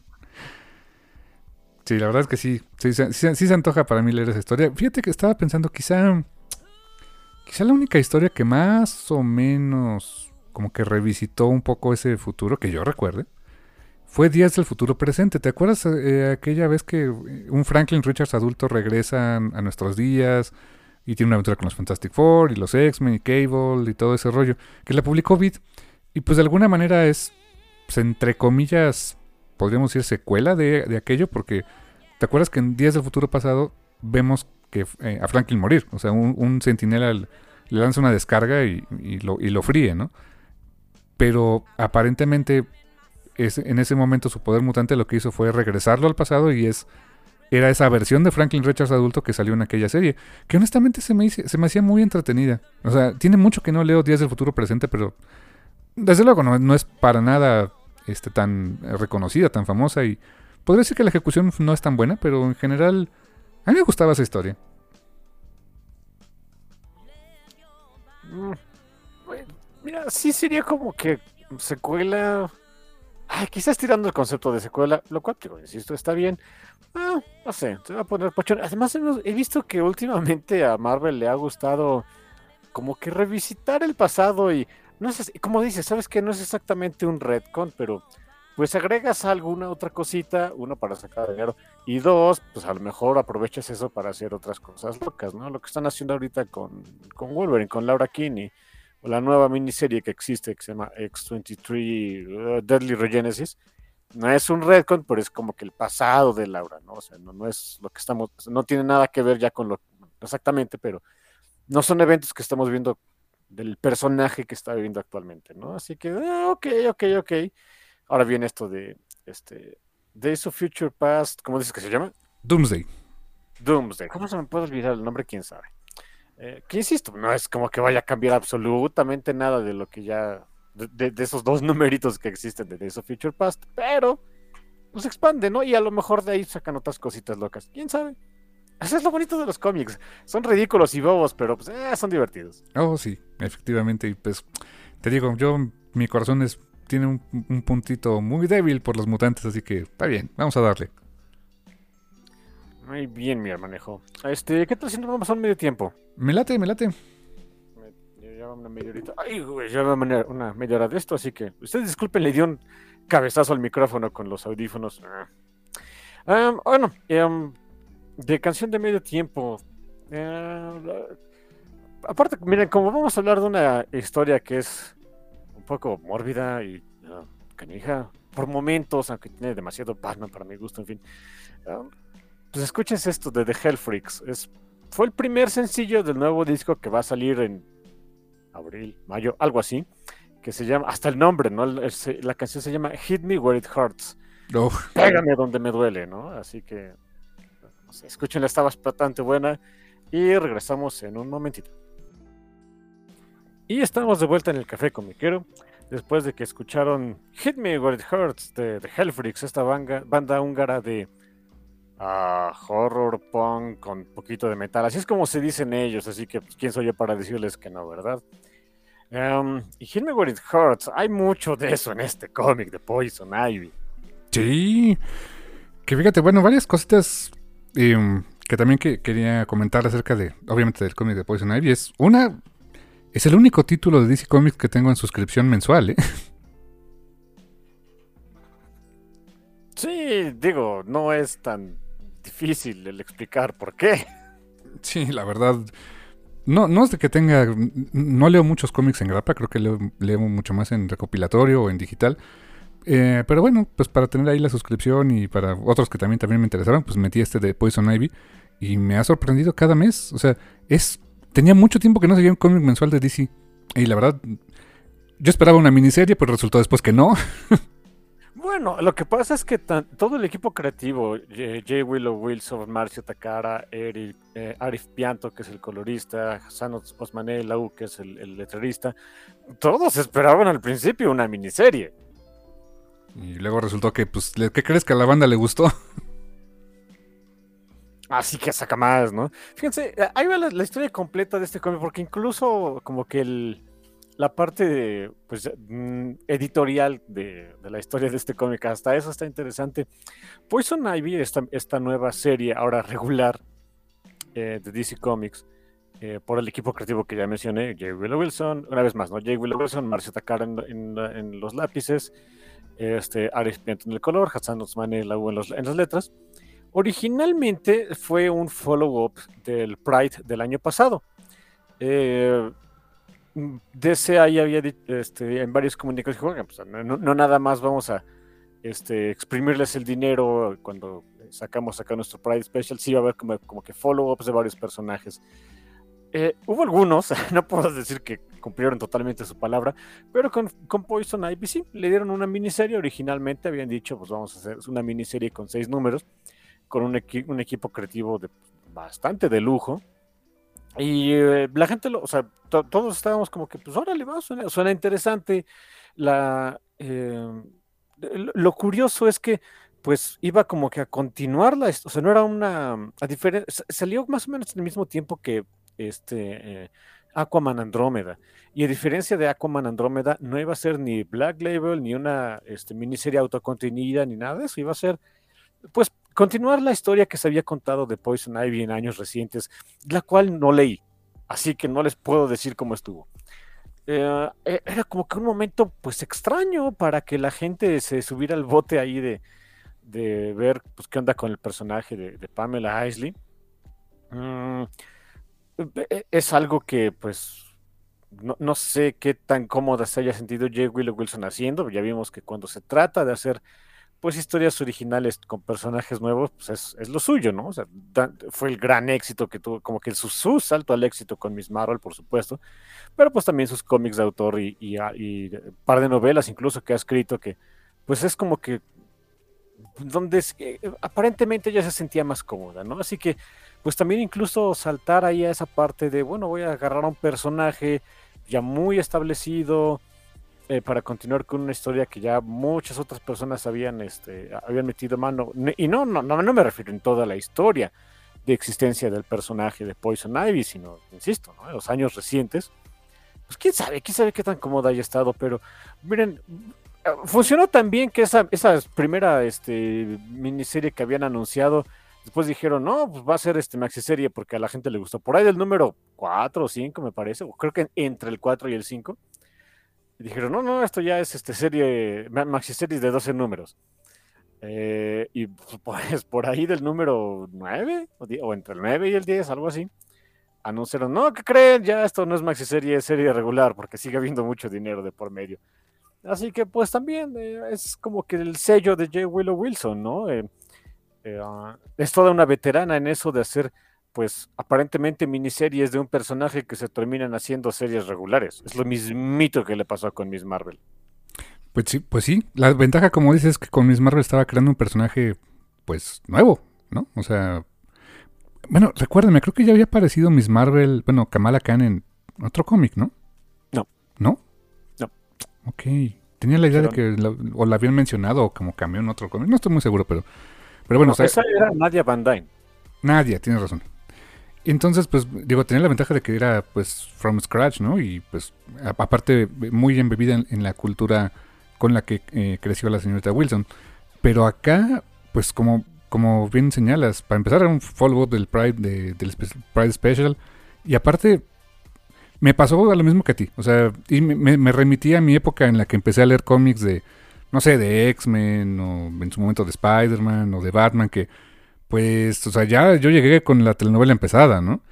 Sí, la verdad es que sí, sí, sí, sí, sí se antoja para mí leer esa historia. Fíjate que estaba pensando quizá, quizá la única historia que más o menos como que revisitó un poco ese futuro, que yo recuerde, fue Días del Futuro Presente. ¿Te acuerdas eh, aquella vez que un Franklin Richards adulto regresa a nuestros días y tiene una aventura con los Fantastic Four y los X-Men y Cable y todo ese rollo? Que la publicó Vid y pues de alguna manera es, pues, entre comillas, podríamos decir secuela de, de aquello, porque ¿te acuerdas que en Días del Futuro Pasado vemos que eh, a Franklin morir? O sea, un, un centinela le lanza una descarga y, y, lo, y lo fríe, ¿no? Pero aparentemente es, en ese momento su poder mutante lo que hizo fue regresarlo al pasado y es era esa versión de Franklin Richards adulto que salió en aquella serie, que honestamente se me, hice, se me hacía muy entretenida. O sea, tiene mucho que no leo Días del Futuro Presente, pero desde luego no, no es para nada este, tan reconocida, tan famosa, y podría decir que la ejecución no es tan buena, pero en general a mí me gustaba esa historia. Mm, bueno, mira, sí sería como que secuela. Ay, quizás tirando el concepto de secuela, lo cual, digo, insisto, está bien. Ah, no sé, se va a poner pochón. Además, hemos- he visto que últimamente a Marvel le ha gustado como que revisitar el pasado y no sé, si- como dices, sabes que no es exactamente un retcon, pero pues agregas alguna otra cosita, uno para sacar dinero y dos, pues a lo mejor aprovechas eso para hacer otras cosas locas, ¿no? Lo que están haciendo ahorita con, con Wolverine, con Laura Kinney, o la nueva miniserie que existe que se llama X veintitrés uh, Deadly Regenesis. No es un retcon, pero es como que el pasado de Laura, ¿no? O sea, no, no es lo que estamos, no tiene nada que ver ya con lo exactamente, pero no son eventos que estamos viendo del personaje que está viviendo actualmente, ¿no? Así que, ah, ok, ok, ok. Ahora viene esto de este Days of Future Past, ¿cómo dices que se llama? Doomsday. Doomsday. ¿Cómo se me puede olvidar el nombre? ¿Quién sabe? Eh, que insisto, no es como que vaya a cambiar absolutamente nada de lo que ya, de, de- de esos dos numeritos que existen de Days of Future Past, pero pues expande, ¿no? Y a lo mejor de ahí sacan otras cositas locas. ¿Quién sabe? Eso es lo bonito de los cómics. Son ridículos y bobos, pero pues eh, son divertidos. Oh, sí, efectivamente. Y pues te digo, yo, mi corazón es, tiene un, un puntito muy débil por los mutantes, así que está bien, vamos a darle. Muy bien, mi hermanejo. Este, ¿qué tal si nos vamos a un medio tiempo? Me late, me late. Me- Ya lleva una media horita. Ay, güey, ya va una, una media hora de esto, así que ustedes disculpen, le dio un cabezazo al micrófono con los audífonos. Ah. Um, bueno, um, de canción de medio tiempo. eh, aparte, miren, como vamos a hablar de una historia que es un poco mórbida y uh, canija, por momentos, aunque tiene demasiado Batman para mi gusto, en fin. um, pues escuches esto de The Hell Freaks. Es, fue el primer sencillo del nuevo disco que va a salir en abril, mayo, algo así, que se llama, hasta el nombre, ¿no? El- el- la canción se llama Hit Me Where It Hurts. Oh, Pégame donde me duele, ¿no? Así que, no sé, escúchenla, está bastante buena. Y regresamos en un momentito. Y estamos de vuelta en el Café Comiquero. Después de que escucharon Hit Me Where It Hurts de, de Hellfreaks, esta banda, banda húngara de ah, horror punk con poquito de metal. Así es como se dicen ellos, así que pues, quién soy yo para decirles que no, ¿verdad? Um, y Hit Me Where It Hurts, hay mucho de eso en este cómic de Poison Ivy. sí. Que fíjate, bueno, varias cositas eh, que también que quería comentar acerca de, obviamente, del cómic de Poison Ivy. Es una, es el único título de D C Comics que tengo en suscripción mensual, ¿eh? Sí, digo, no es tan difícil el explicar por qué. Sí, la verdad, no, no es de que tenga, no leo muchos cómics en grapa, creo que leo, leo mucho más en recopilatorio o en digital. Eh, pero bueno, pues para tener ahí la suscripción y para otros que también, también me interesaban, pues metí este de Poison Ivy y me ha sorprendido cada mes. O sea, es tenía mucho tiempo que no seguía un cómic mensual de D C y la verdad, yo esperaba una miniserie, pero resultó después que no. Bueno, lo que pasa es que tan- todo el equipo creativo, J. J. Willow Wilson, Marcio Takara, Eric, eh, Arif Pianto, que es el colorista, Hassan Os- Osmanel, que es el, el letrerista, todos esperaban al principio una miniserie. Y luego resultó que, pues, ¿qué crees que a la banda le gustó? Así que saca más, ¿no? Fíjense, eh, ahí va la, la historia completa de este cómic, porque incluso como que el, la parte de, pues, mm, editorial de, de la historia de este cómic, hasta eso está interesante. Poison Ivy, esta, esta nueva serie ahora regular eh, de D C Comics, eh, por el equipo creativo que ya mencioné, J. Willow Wilson, una vez más, ¿no? J. Willow Wilson, Marcio Takara en, en, en los lápices, este, Ares Pianto en el color, Hassan Otsmane en, en, los, en las letras. Originalmente fue un follow-up del Pride del año pasado. Eh, D C ahí había dicho, este, en varios comunicados, dijo, pues, no, no, nada más vamos a este, exprimirles el dinero cuando sacamos acá nuestro Pride Special, sí va a haber como, como que follow-ups de varios personajes. Eh, hubo algunos, no puedo decir que cumplieron totalmente su palabra, pero con, con Poison Ivy sí, le dieron una miniserie. Originalmente habían dicho, pues vamos a hacer una miniserie con seis números, con un, equi un equipo creativo de, bastante de lujo. Y eh, la gente, lo, o sea, to todos estábamos como que, pues órale, va, suena, suena interesante. La, eh, lo curioso es que, pues, iba como que a continuarla, o sea, no era una, a diferencia, salió más o menos en el mismo tiempo que este eh, Aquaman Andrómeda, y a diferencia de Aquaman Andrómeda, no iba a ser ni Black Label, ni una este, miniserie autocontenida, ni nada de eso, iba a ser, pues, continuar la historia que se había contado de Poison Ivy en años recientes, la cual no leí, así que no les puedo decir cómo estuvo. Eh, era como que un momento pues extraño para que la gente se subiera al bote ahí de, de ver pues qué onda con el personaje de, de Pamela Isley. Mm, es algo que pues no, no sé qué tan cómoda se haya sentido J. Willow Wilson haciendo. Ya vimos que cuando se trata de hacer pues historias originales con personajes nuevos, pues es, es lo suyo, ¿no? O sea, da, fue el gran éxito que tuvo, como que su, su salto al éxito con Miss Marvel, por supuesto, pero pues también sus cómics de autor y, y, y un par de novelas incluso que ha escrito que, pues es como que donde eh, aparentemente ella se sentía más cómoda, ¿no? Así que, pues también incluso saltar ahí a esa parte de, bueno, voy a agarrar a un personaje ya muy establecido, Eh, para continuar con una historia que ya muchas otras personas habían, este, habían metido mano. Y no, no, no, no me refiero en toda la historia de existencia del personaje de Poison Ivy, sino, insisto, ¿no? En los años recientes. Pues quién sabe, quién sabe qué tan cómoda haya estado, pero miren, funcionó tan bien que esa, esa primera este, miniserie que habían anunciado, después dijeron, no, pues va a ser este maxiserie porque a la gente le gustó. Por ahí del número cuatro o cinco, me parece, o creo que entre el cuatro y el cinco. Y dijeron, no, no, esto ya es este serie, maxi series de doce números. Eh, y pues por ahí del número nueve, o, o entre el nueve y el diez, algo así, anunciaron, no, ¿qué creen? Ya esto no es maxi serie, es serie regular, porque sigue habiendo mucho dinero de por medio. Así que pues también eh, es como que el sello de J. Willow Wilson, ¿no? Eh, eh, uh, es toda una veterana en eso de hacer pues aparentemente miniseries de un personaje que se terminan haciendo series regulares. Es lo mismito que le pasó con Miss Marvel. Pues sí, pues sí. La ventaja, como dices, es que con Miss Marvel estaba creando un personaje, pues, nuevo, ¿no? O sea, bueno, recuérdame, creo que ya había aparecido Miss Marvel, bueno, Kamala Khan en otro cómic, ¿no? No. ¿No? No. Ok. Tenía la idea pero, de que la, o la habían mencionado o como cambió en otro cómic. No estoy muy seguro, pero, pero bueno. No, O sea, esa era Nadia Van Dyne. Nadia, tienes razón. Entonces, pues, digo, tenía la ventaja de que era, pues, from scratch, ¿no? Y, pues, a, aparte, muy embebida en, en la cultura con la que eh, creció la señorita Wilson. Pero acá, pues, como, como bien señalas, para empezar era un follow-up del Pride, de, del Spe Pride Special. Y aparte, me pasó a lo mismo que a ti. O sea, y me, me remití a mi época en la que empecé a leer cómics de, no sé, de X-Men, o en su momento de Spider-Man, o de Batman, que... Pues, o sea, ya yo llegué con la telenovela empezada, ¿no?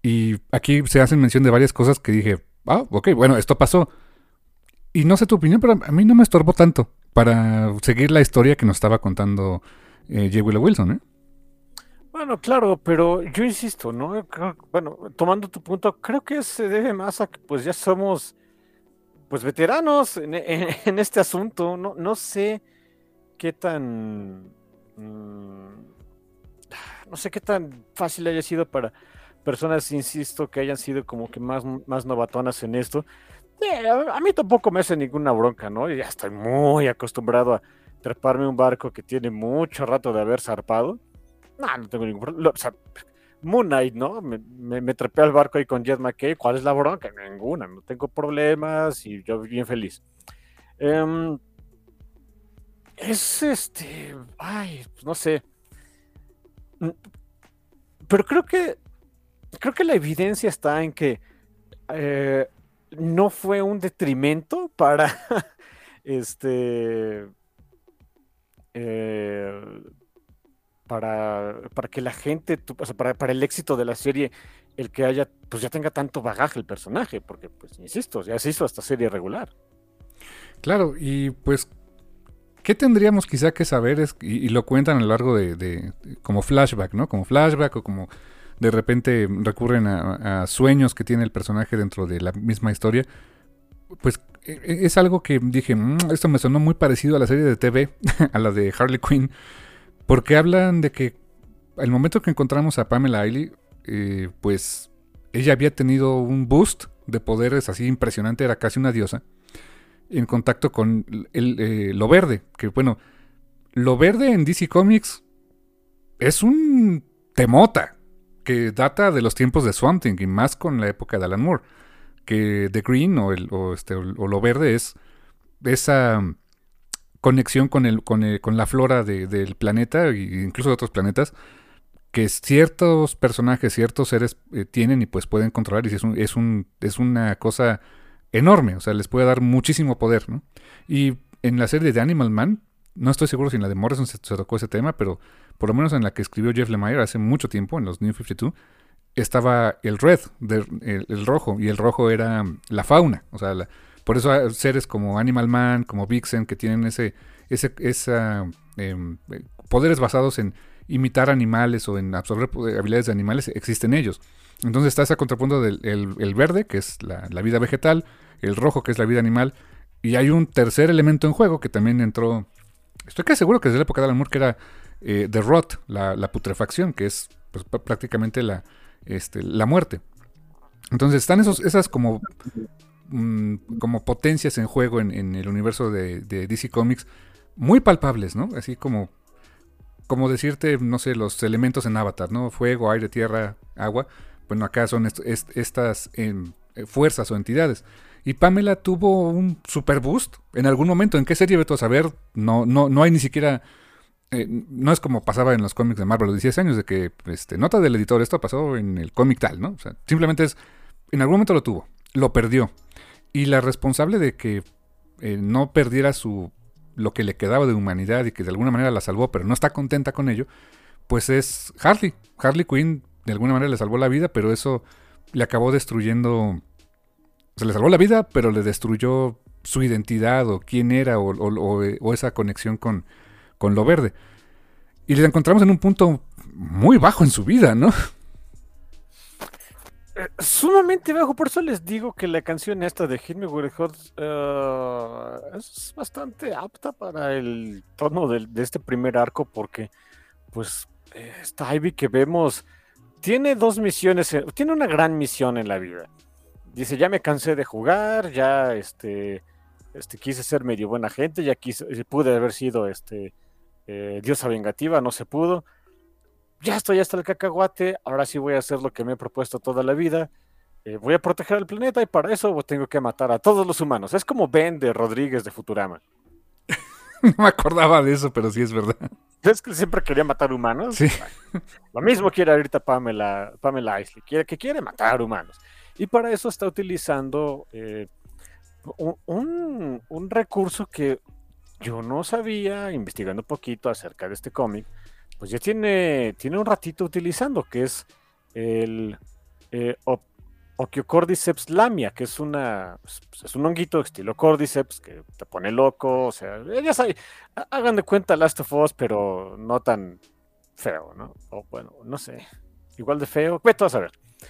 Y aquí se hacen mención de varias cosas que dije, ah, ok, bueno, esto pasó. Y no sé tu opinión, pero a mí no me estorbó tanto para seguir la historia que nos estaba contando eh, J. Willow Wilson, ¿eh? Bueno, claro, pero yo insisto, ¿no? Creo- bueno, tomando tu punto, creo que se debe más a que pues ya somos pues veteranos en, en- en este asunto. No, no sé qué tan mm, no sé qué tan fácil haya sido para personas, insisto, que hayan sido como que más, más novatonas en esto. Eh, a, a mí tampoco me hace ninguna bronca, ¿no? Ya estoy muy acostumbrado a treparme un barco que tiene mucho rato de haber zarpado. No, no tengo ningún problema. O sea, Moon Knight, ¿no? Me, me, me trepé al barco ahí con Jet McKay. ¿Cuál es la bronca? Ninguna, no tengo problemas y yo bien feliz. Em, es este. Ay, pues no sé. Mm, Pero creo que. Creo que la evidencia está en que eh, no fue un detrimento para este. eh, para, para que la gente, tu- o sea, para, para el éxito de la serie, el que haya, pues ya tenga tanto bagaje el personaje, porque, pues, insisto, ya se hizo hasta serie regular. Claro, y pues, ¿qué tendríamos quizá que saber? Es, y, y lo cuentan a lo largo de, de- como flashback, ¿no? Como flashback o como de repente recurren a, a sueños que tiene el personaje dentro de la misma historia. Pues e- e- es algo que dije, "Mm, esto me sonó muy parecido a la serie de T V, a la de Harley Quinn, porque hablan de que al momento que encontramos a Pamela Ailey, eh, pues ella había tenido un boost de poderes así impresionante, era casi una diosa, en contacto con el, eh, lo verde, que bueno, lo verde en D C Comics es un temota que data de los tiempos de Swamp Thing y más con la época de Alan Moore, que The Green o, el, o, este, o lo verde es esa conexión con, el, con, el, con la flora de, del planeta e incluso de otros planetas que ciertos personajes, ciertos seres eh, tienen y pues pueden controlar y es, un, es, un, es una cosa enorme, o sea, les puede dar muchísimo poder, ¿no? Y en la serie de Animal Man, no estoy seguro si en la de Morrison se, se tocó ese tema, pero por lo menos en la que escribió Jeff Lemire hace mucho tiempo, en los New cincuenta y dos, estaba el red, de, el, el rojo, y el rojo era la fauna, o sea, la, por eso hay seres como Animal Man, como Vixen, que tienen ese, ese esa, eh, poderes basados en imitar animales o en absorber habilidades de animales, existen ellos. Entonces está ese contrapunto del el, el verde, que es la, la vida vegetal, el rojo, que es la vida animal, y hay un tercer elemento en juego que también entró, estoy casi seguro que desde la época de Alan Moore, que era eh, The Rot, la, la putrefacción, que es pues, prácticamente la, este, la muerte. Entonces están esos, esas como, mmm, como potencias en juego en, en el universo de, de D C Comics, muy palpables, ¿no? Así como, como decirte, no sé, los elementos en Avatar, ¿no? Fuego, aire, tierra, agua. Bueno, acá son est est estas eh, fuerzas o entidades. Y Pamela tuvo un super boost en algún momento. ¿En qué serie veto a saber? No, no, no hay ni siquiera... Eh, no es como pasaba en los cómics de Marvel a los dieciséis años, de que, este, nota del editor, esto pasó en el cómic tal, ¿no? O sea, simplemente es... En algún momento lo tuvo, lo perdió. Y la responsable de que eh, no perdiera su... lo que le quedaba de humanidad y que de alguna manera la salvó, pero no está contenta con ello, pues es Harley. Harley Quinn de alguna manera le salvó la vida, pero eso le acabó destruyendo... Se le salvó la vida, pero le destruyó su identidad o quién era o, o, o, o esa conexión con, con lo verde. Y le encontramos en un punto muy bajo en su vida, ¿no? Eh, sumamente bajo, por eso les digo que la canción esta de Hit Me With a Hot uh, es bastante apta para el tono del- de, este primer arco, porque pues eh, esta Ivy que vemos tiene dos misiones, eh, tiene una gran misión en la vida. Dice, ya me cansé de jugar, ya este, este quise ser medio buena gente, ya quise, eh, pude haber sido este eh, diosa vengativa, no se pudo. Ya estoy hasta el cacahuate, ahora sí voy a hacer lo que me he propuesto toda la vida. Eh, voy a proteger al planeta y para eso tengo que matar a todos los humanos. Es como Ben de Rodríguez de Futurama. No me acordaba de eso, pero sí es verdad. ¿Sabes que siempre quería matar humanos? Sí. Lo mismo quiere ahorita Pamela, Pamela Isley, quiere, que quiere matar humanos. Y para eso está utilizando eh, un, un, un recurso que yo no sabía, investigando un poquito acerca de este cómic, pues ya tiene, tiene un ratito utilizando, que es el, eh, Ophiocordyceps lamia, que es una pues, es un honguito estilo Cordyceps que te pone loco, o sea, ya saben, hagan de cuenta Last of Us, pero no tan feo, ¿no? O bueno, no sé, igual de feo, vete a saber.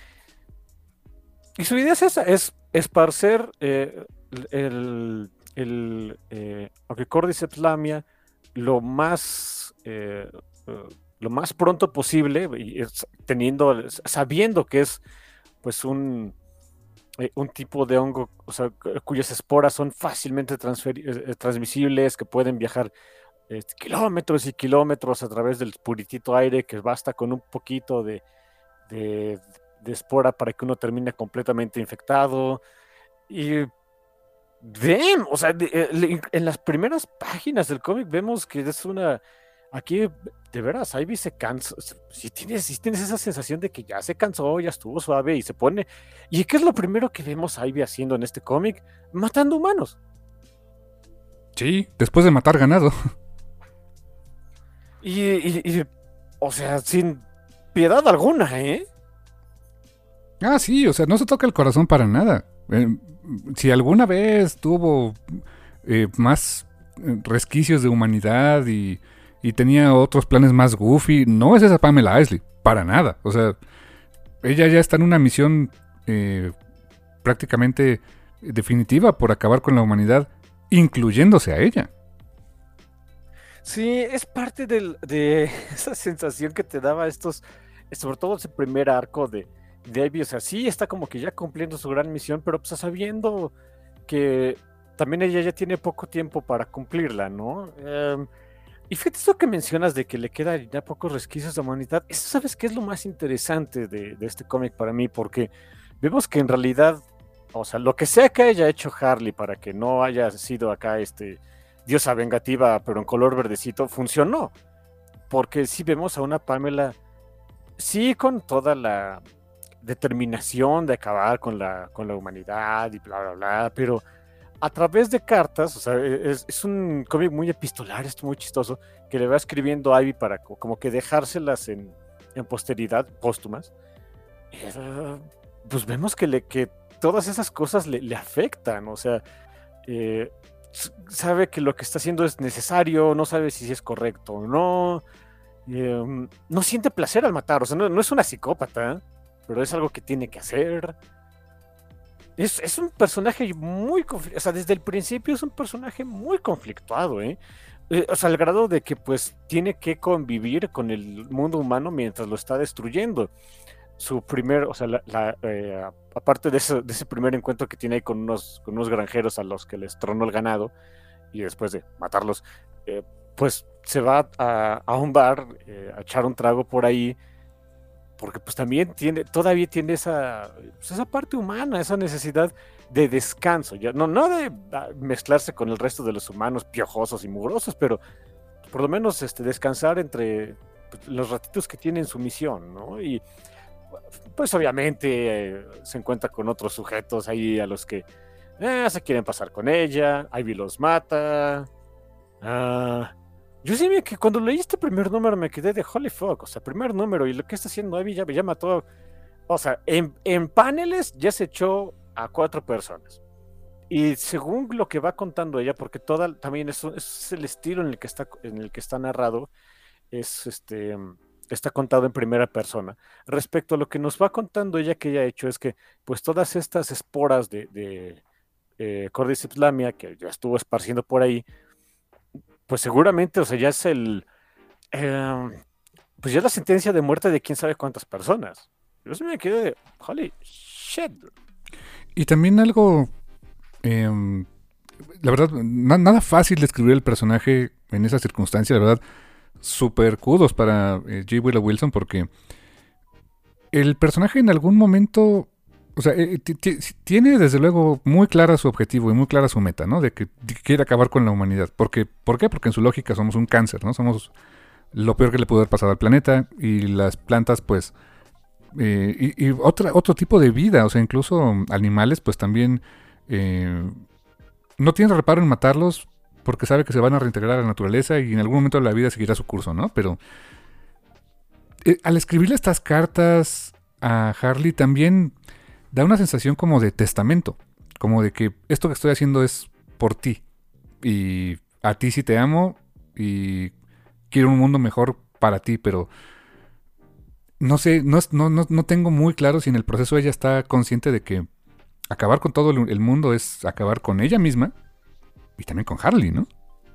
Y su idea es esa, es esparcer eh, el, el eh, Ophiocordyceps lamia lo más eh, uh, lo más pronto posible, y es, teniendo, sabiendo que es pues un, eh, un tipo de hongo, o sea, cuyas esporas son fácilmente transfer- eh, transmisibles, que pueden viajar eh, kilómetros y kilómetros a través del puritito aire, que basta con un poquito de, de, de espora para que uno termine completamente infectado. Y ven, o sea, de, de, en las primeras páginas del cómic vemos que es una... Aquí, de veras, Ivy se cansa. Si tienes, si tienes esa sensación de que ya se cansó, ya estuvo suave y se pone. ¿Y qué es lo primero que vemos a Ivy haciendo en este cómic? Matando humanos. Sí, después de matar ganado. Y, y, y o sea, sin piedad alguna, ¿eh? Ah, sí, o sea, no se toca el corazón para nada. Eh, si alguna vez tuvo eh, más resquicios de humanidad y. Y tenía otros planes más goofy. No es esa Pamela Isley, para nada. O sea, ella ya está en una misión eh, prácticamente definitiva por acabar con la humanidad, incluyéndose a ella. Sí, es parte del, de esa sensación que te daba estos, sobre todo ese primer arco de, de Ivy. O sea, sí está como que ya cumpliendo su gran misión, pero pues sabiendo que también ella ya tiene poco tiempo para cumplirla, ¿no? Eh, Y fíjate eso que mencionas de que le quedan ya pocos resquicios de humanidad. Eso, ¿sabes qué es lo más interesante de, de este cómic para mí? Porque vemos que en realidad, o sea, lo que sea que haya hecho Harley para que no haya sido acá este diosa vengativa, pero en color verdecito, funcionó. Porque sí vemos a una Pamela, sí con toda la determinación de acabar con la, con la humanidad y bla, bla, bla, pero a través de cartas, o sea, es, es un cómic muy epistolar, es muy chistoso, que le va escribiendo a Ivy para como que dejárselas en, en posteridad, póstumas. Uh, pues vemos que, le, que todas esas cosas le, le afectan, o sea, eh, sabe que lo que está haciendo es necesario, no sabe si es correcto o no, eh, no siente placer al matar, o sea, no, no es una psicópata, pero es algo que tiene que hacer. Es, es un personaje muy conflictuado, o sea, desde el principio es un personaje muy conflictuado, ¿eh? Eh, o sea, al grado de que pues tiene que convivir con el mundo humano mientras lo está destruyendo. Su primer, o sea, la, la, eh, aparte de ese, de ese primer encuentro que tiene ahí con unos, con unos granjeros a los que les tronó el ganado, y después de matarlos, eh, pues se va a, a un bar, eh, a echar un trago por ahí, porque pues también tiene, todavía tiene esa, pues esa parte humana, esa necesidad de descanso, ya no, no de mezclarse con el resto de los humanos piojosos y mugrosos, pero por lo menos este, descansar entre pues, los ratitos que tiene en su misión, ¿no? Y pues obviamente eh, se encuentra con otros sujetos ahí a los que eh, se quieren pasar con ella, Ivy los mata. Ah... Yo sí vi que cuando leí este primer número me quedé de holy fuck, o sea, primer número y lo que está haciendo Ivy ya, ya mató, o sea, en, en paneles ya se echó a cuatro personas. Y según lo que va contando ella, porque toda también es, es el estilo en el que está, en el que está narrado, es este, está contado en primera persona. Respecto a lo que nos va contando ella que ella ha hecho es que, pues todas estas esporas de, de eh, Cordyceps lamia que ya estuvo esparciendo por ahí, pues seguramente, o sea, ya es el, eh, pues ya es la sentencia de muerte de quién sabe cuántas personas. Yo sí me quedé de, holy shit. Y también algo, eh, la verdad, na- nada fácil de escribir el personaje en esa circunstancia, la verdad, super kudos para eh, J. Willow Wilson, porque el personaje en algún momento, o sea, eh, t- t- tiene desde luego muy clara su objetivo y muy clara su meta, ¿no? De que, de que quiere acabar con la humanidad. Porque, ¿por qué? Porque en su lógica somos un cáncer, ¿no? Somos lo peor que le pudo haber pasado al planeta y las plantas, pues, eh, y, y otra, otro tipo de vida, o sea, incluso animales, pues también eh, no tiene reparo en matarlos porque sabe que se van a reintegrar a la naturaleza y en algún momento de la vida seguirá su curso, ¿no? Pero eh, al escribirle estas cartas a Harley también da una sensación como de testamento, como de que esto que estoy haciendo es por ti, y a ti sí te amo, y quiero un mundo mejor para ti, pero no sé, no, no, no, no tengo muy claro si en el proceso ella está consciente de que acabar con todo el mundo es acabar con ella misma, y también con Harley, ¿no?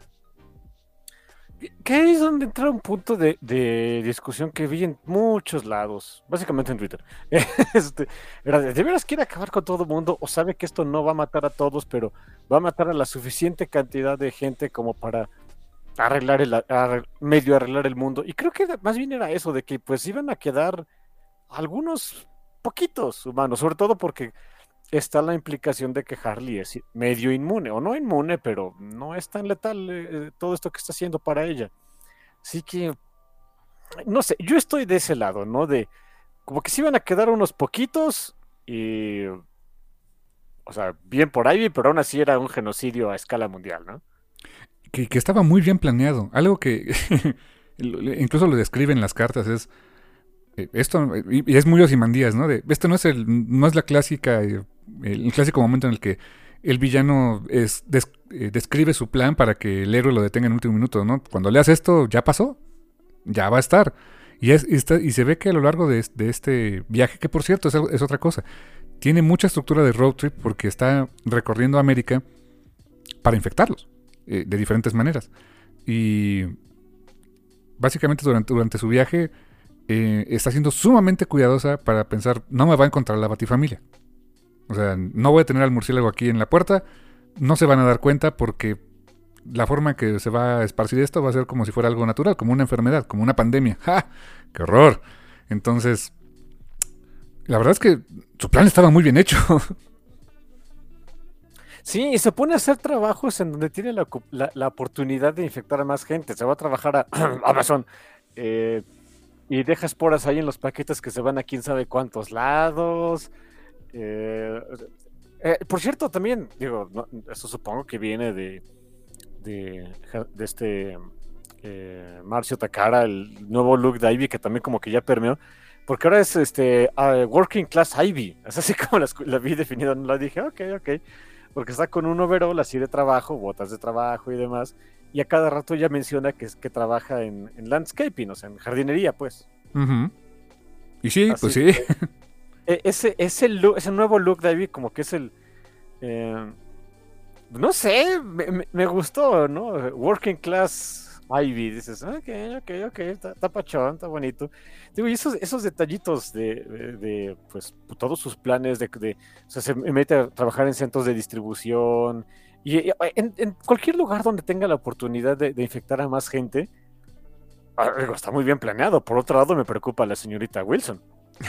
Que es donde entra un punto de, de discusión que vi en muchos lados, básicamente en Twitter. Este, era de, ¿de veras quiere acabar con todo el mundo o sabe que esto no va a matar a todos, pero va a matar a la suficiente cantidad de gente como para arreglar el, arreglar, medio arreglar el mundo? Y creo que más bien era eso, de que pues iban a quedar algunos poquitos humanos, sobre todo porque está la implicación de que Harley es medio inmune, o no inmune, pero no es tan letal eh, todo esto que está haciendo para ella. Así que, no sé, yo estoy de ese lado, ¿no? De, como que se iban a quedar unos poquitos y, o sea, bien por Ivy, pero aún así era un genocidio a escala mundial, ¿no? Que, que estaba muy bien planeado. Algo que incluso lo describe en las cartas es esto, y es muy Ozymandias, ¿no? De, esto no es el, no es la clásica, el, el clásico momento en el que el villano es, des, eh, describe su plan para que el héroe lo detenga en el último minuto, ¿no? Cuando leas esto, ya pasó, ya va a estar. Y, es, y, está, y se ve que a lo largo de, de este viaje, que por cierto es, es otra cosa, tiene mucha estructura de road trip porque está recorriendo América para infectarlos eh, de diferentes maneras. Y básicamente durante, durante su viaje eh, está siendo sumamente cuidadosa para pensar, no me va a encontrar la Batifamilia. O sea, no voy a tener al murciélago aquí en la puerta, no se van a dar cuenta porque la forma en que se va a esparcir esto va a ser como si fuera algo natural, como una enfermedad, como una pandemia. ¡Ja! ¡Qué horror! Entonces, la verdad es que su plan estaba muy bien hecho. Sí, y se pone a hacer trabajos en donde tiene la, la, la oportunidad de infectar a más gente. Se va a trabajar a Amazon eh, y deja esporas ahí en los paquetes que se van a quién sabe cuántos lados. Eh, eh, por cierto, también, digo, no, eso supongo que viene de, de, de este eh, Marcio Takara, el nuevo look de Ivy, que también como que ya permeó. Porque ahora es este uh, Working Class Ivy. Es así como la, la vi definida, no la dije, ok, ok. Porque está con un overall así de trabajo, botas de trabajo y demás. Y a cada rato ella menciona que, que trabaja en, en landscaping, o sea, en jardinería, pues. Uh-huh. Y sí, así pues sí. Que, ese, ese, look, ese nuevo look de Ivy como que es el... Eh, no sé, me, me gustó, ¿no? Working Class Ivy. Dices, ok, ok, ok, está, está pachón, está bonito. Digo, y esos, esos detallitos de, de, de, pues, todos sus planes, de, de, o sea, se mete a trabajar en centros de distribución, y en, en cualquier lugar donde tenga la oportunidad de, de infectar a más gente, digo, está muy bien planeado. Por otro lado, me preocupa la señorita Wilson.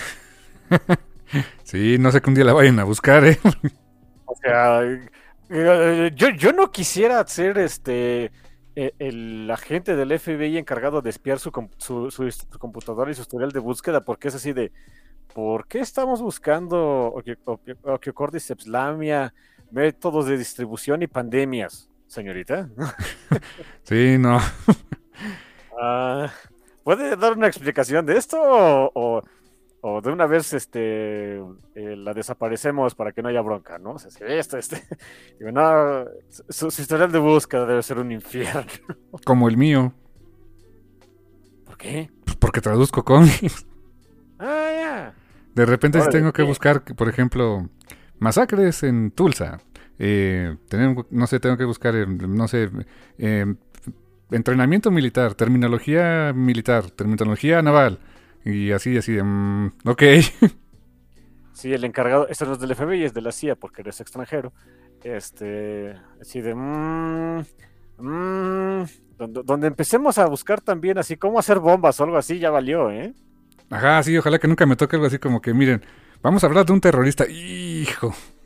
Sí, no sé que un día la vayan a buscar, ¿eh? O sea, yo, yo no quisiera ser este... el agente del F B I encargado de espiar su, su, su, su computadora y su historial de búsqueda, porque es así de ¿por qué estamos buscando Ophiocordyceps lamia, métodos de distribución y pandemias, señorita? Sí, no. uh, ¿Puede dar una explicación de esto o, o, o de una vez este eh, la desaparecemos para que no haya bronca, ¿no? O sea, si esto, este, digo, no, su, su historial de búsqueda debe ser un infierno. Como el mío. ¿Por qué? Pues porque traduzco cómics. Ah, ya. Yeah. De repente si tengo que buscar, por ejemplo, masacres en Tulsa. Eh, tenemos, no sé, tengo que buscar, no sé, eh, entrenamiento militar, terminología militar, terminología naval. Y así, así, um, ok. Sí, el encargado, esto no es del F B I, es de la C I A porque eres extranjero. Este, así de... Mmm, mmm, donde, donde empecemos a buscar también así cómo hacer bombas o algo así, ya valió, ¿eh? Ajá, sí, ojalá que nunca me toque algo así como que, miren, vamos a hablar de un terrorista. Hijo.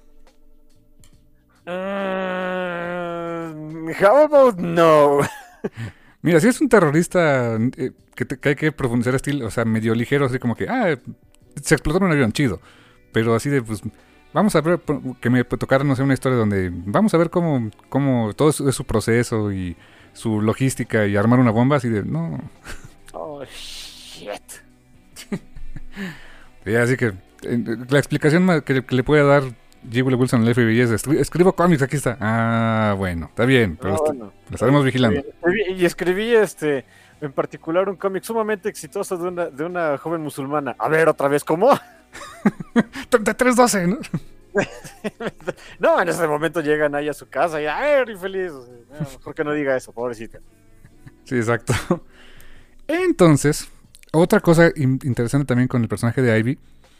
Uh, how about no? Mira, si es un terrorista eh, que, te, que hay que profundizar estilo, o sea, medio ligero, así como que, ah, se explotó un avión, chido. Pero así de, pues, vamos a ver, que me tocara, no sé, una historia donde vamos a ver cómo, cómo todo es, es su proceso y su logística y armar una bomba, así de, no. Oh, shit. Y así que eh, la explicación ma- que, que le puede dar G. Willow Wilson al F B I es: "Escri- escribo cómics, aquí está". Ah, bueno, está bien, pero Ah, est- bueno. lo estaremos vigilando. Escribí- y escribí este en particular un cómic sumamente exitoso de una, de una joven musulmana. A ver, otra vez, ¿cómo? treinta y tres doce, ¿no? No, en ese momento llegan ahí a su casa y a ver, infeliz. No, mejor que no diga eso, pobrecita. Sí, exacto. Entonces, otra cosa in- interesante también con el personaje de Ivy.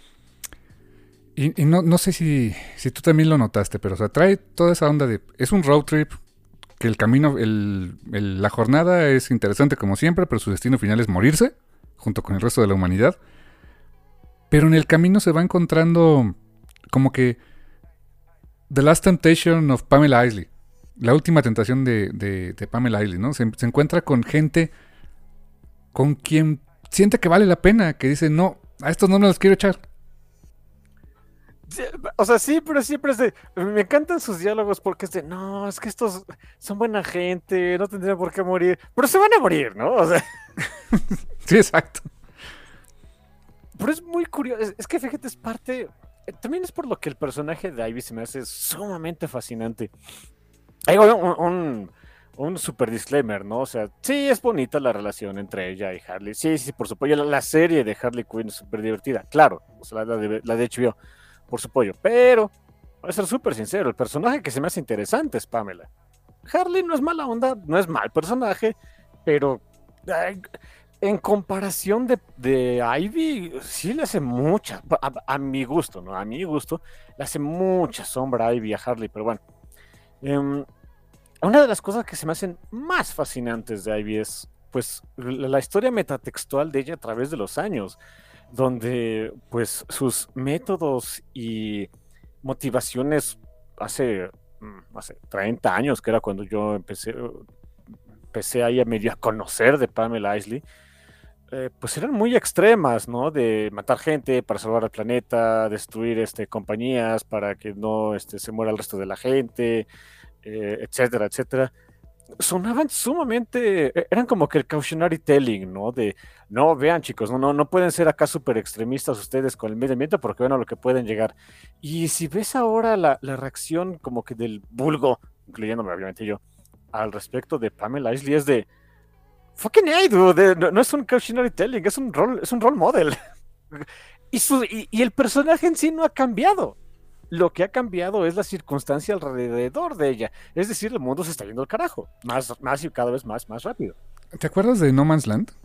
Y, y no, no sé si, si tú también lo notaste, pero o sea, trae toda esa onda de... Es un road trip, que el camino, el, el- la jornada es interesante como siempre, pero su destino final es morirse, junto con el resto de la humanidad. Pero en el camino se va encontrando como que The Last Temptation of Pamela Isley. La última tentación de, de, de Pamela Isley, ¿no? Se, se encuentra con gente con quien siente que vale la pena, que dice, no, a estos no me los quiero echar. Sí, o sea, sí, pero siempre es de. Me encantan sus diálogos porque es de. No, es que estos son buena gente, no tendrían por qué morir. Pero se van a morir, ¿no? O sea, Sí, exacto. pero es muy curioso. Es, es que fíjate, es parte. eh, También es por lo que el personaje de Ivy se me hace sumamente fascinante. Hay un, un, un super disclaimer, ¿no? O sea, sí es bonita la relación entre ella y Harley. Sí, sí, por supuesto. La, la serie de Harley Quinn es súper divertida, claro. O sea, la, la de, la de H B O, por supuesto. Pero, voy a ser súper sincero, el personaje que se me hace interesante es Pamela. Harley no es mala onda, no es mal personaje, pero ay, en comparación de, de Ivy, sí le hace mucha, a, a mi gusto, ¿no? A mi gusto, le hace mucha sombra a Ivy y a Harley, pero bueno. Um, una de las cosas que se me hacen más fascinantes de Ivy es, pues, la, la historia metatextual de ella a través de los años, donde, pues, sus métodos y motivaciones hace, mm, hace treinta años, que era cuando yo empecé, empecé ahí a medio a conocer de Pamela Isley, eh, pues eran muy extremas, ¿no? De matar gente para salvar al planeta, destruir este, compañías para que no este, se muera el resto de la gente, eh, etcétera, etcétera. Sonaban sumamente, eran como que el cautionary telling, ¿no? De, no, vean chicos, no, no, no pueden ser acá súper extremistas ustedes con el medio ambiente porque ven a lo que pueden llegar. Y si ves ahora la, la reacción como que del vulgo, incluyéndome obviamente yo, al respecto de Pamela Isley es de, fucking hey, dude, no, no es un cautionary telling, es un role, es un role model. y, su, y, y el personaje en sí no ha cambiado. Lo que ha cambiado es la circunstancia alrededor de ella. Es decir, el mundo se está yendo al carajo. Más, más y cada vez más, más rápido. ¿Te acuerdas de No Man's Land?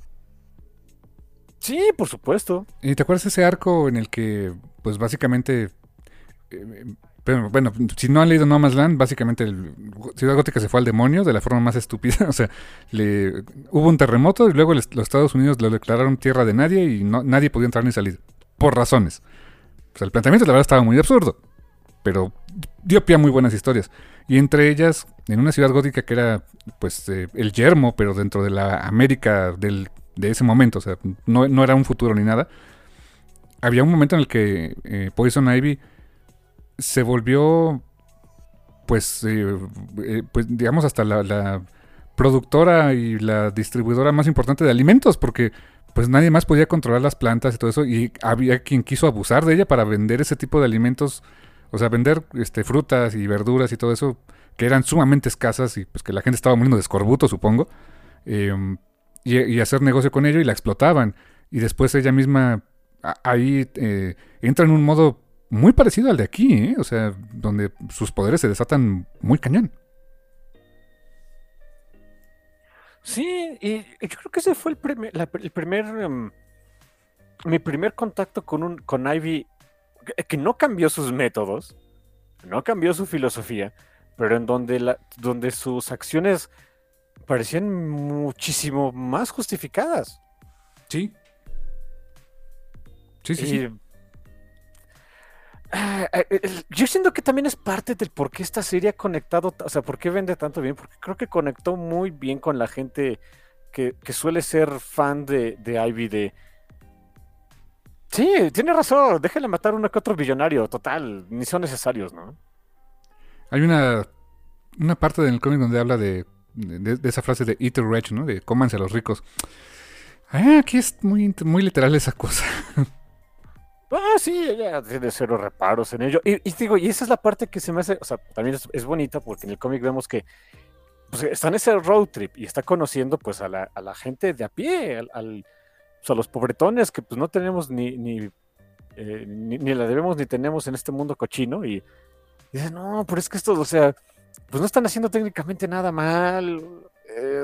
Sí, por supuesto. ¿Y te acuerdas ese arco en el que, pues básicamente... Eh, pero, bueno, si no han leído No Man's Land, básicamente el Ciudad Gótica se fue al demonio de la forma más estúpida. O sea, le, hubo un terremoto y luego les, los Estados Unidos lo declararon tierra de nadie y no, nadie podía entrar ni salir. Por razones. O sea, el planteamiento la verdad estaba muy absurdo. Pero dio pie a muy buenas historias. Y entre ellas, en una ciudad gótica que era, pues, eh, el yermo, pero dentro de la América del, de ese momento, o sea, no, no era un futuro ni nada. Había un momento en el que eh, Poison Ivy se volvió, pues, eh, eh, pues digamos, hasta la, la productora y la distribuidora más importante de alimentos, porque pues nadie más podía controlar las plantas y todo eso, y había quien quiso abusar de ella para vender ese tipo de alimentos. O sea, vender este, frutas y verduras y todo eso, que eran sumamente escasas y pues que la gente estaba muriendo de escorbuto, supongo. Eh, y, y hacer negocio con ello y la explotaban. Y después ella misma a, ahí eh, entra en un modo muy parecido al de aquí, ¿eh? O sea, donde sus poderes se desatan muy cañón. Sí, y yo creo que ese fue el primer, la, el primer um, mi primer contacto con, un, con Ivy, que no cambió sus métodos, no cambió su filosofía, pero en donde, la, donde sus acciones parecían muchísimo más justificadas. Sí. Sí, sí, y, sí. Uh, yo siento que también es parte del por qué esta serie ha conectado, o sea, por qué vende tanto bien, porque creo que conectó muy bien con la gente que, que suele ser fan de, de Ivy, de sí, tiene razón, déjale matar uno que otro billonario, total, ni son necesarios, ¿no? Hay una, una parte del cómic donde habla de, de, de esa frase de eat the rich, ¿no? De cómanse a los ricos. Ah, aquí es muy, muy literal esa cosa. Ah, sí, ella tiene cero reparos en ello. Y, y digo, y esa es la parte que se me hace, o sea, también es, es bonita porque en el cómic vemos que pues, está en ese road trip y está conociendo pues a la, a la gente de a pie, al, al- pues, a los pobretones que pues no tenemos ni, ni, eh, ni, ni la debemos ni tenemos en este mundo cochino. Y dice, no, pero es que estos, o sea, pues no están haciendo técnicamente nada mal. eh,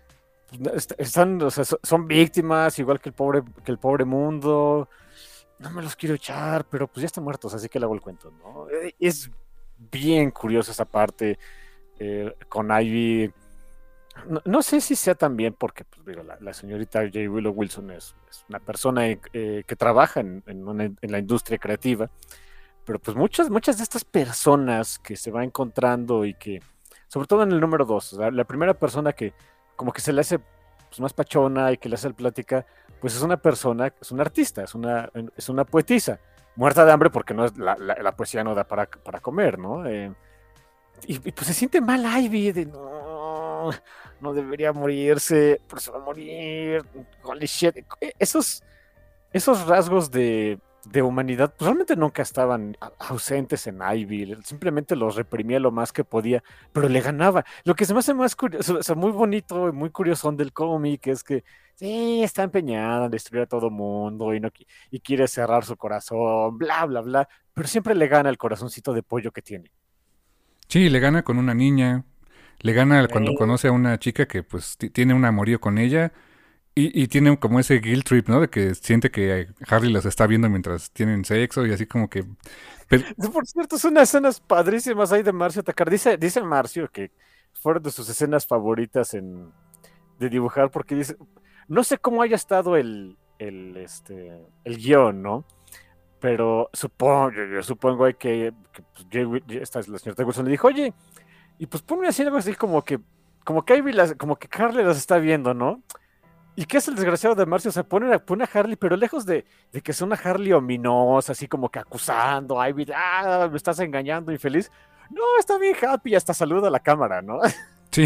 est- están, o sea, so- son víctimas, igual que el pobre, que el pobre mundo. No me los quiero echar, pero pues ya están muertos, así que le hago el cuento, ¿no? Eh, Es bien curiosa esa parte eh, con Ivy. No, no sé si sea también porque pues, digo, la, la señorita J. Willow Wilson es, es una persona eh, eh, que trabaja en, en una- en la industria creativa, pero pues muchas, muchas de estas personas que se va encontrando y que, sobre todo en el número dos, o sea, la primera persona que como que se le hace pues, más pachona y que le hace plática, pues es una persona, es una artista, es una, es una poetisa, muerta de hambre porque no es, la, la- la poesía no da para, para comer, ¿no? Eh, y, y, pues se siente mal Ivy de no, no debería morirse, pero se va a morir, holy shit. E- Esos, esos rasgos de, de humanidad pues, realmente nunca estaban a- ausentes en Ivy, simplemente los reprimía lo más que podía, pero le ganaba. Lo que se me hace más curioso, o sea, muy bonito y muy curioso del cómic es que sí, está empeñada en destruir a todo mundo y, no, qui- y quiere cerrar su corazón, bla, bla, bla, pero siempre le gana el corazoncito de pollo que tiene. Sí, le gana con una niña, le gana cuando Eh, conoce a una chica que pues ti- tiene un amorío con ella y, y tiene como ese guilt trip, ¿no? De que siente que Harley las está viendo mientras tienen sexo y así como que... pero- Por cierto, son unas escenas padrísimas ahí de Marcio atacar. Dice, dice Marcio que fueron de sus escenas favoritas en, de dibujar, porque dice, no sé cómo haya estado el, el, este, el guión, ¿no? Pero supongo, yo, yo supongo ahí que, que pues, Jay Wi- esta es la señorita Wilson le dijo, oye, y pues ponme así algo así como que, como que Ivy las, como que Carly las está viendo, ¿no? ¿Y qué es el desgraciado de Marcio? O sea, pone, a- pone a Harley, pero lejos de, de que sea una Harley ominosa, así como que acusando a Ivy, ah, me estás engañando, infeliz. No, está bien happy, hasta saluda a la cámara, ¿no? sí.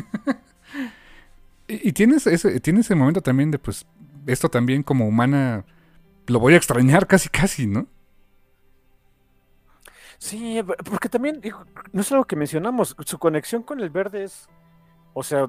Y, y tienes ese, tiene ese momento también de pues esto también como humana lo voy a extrañar casi casi, ¿no? Sí, p- porque también, digo, no es algo que mencionamos, su conexión con el verde es, o sea,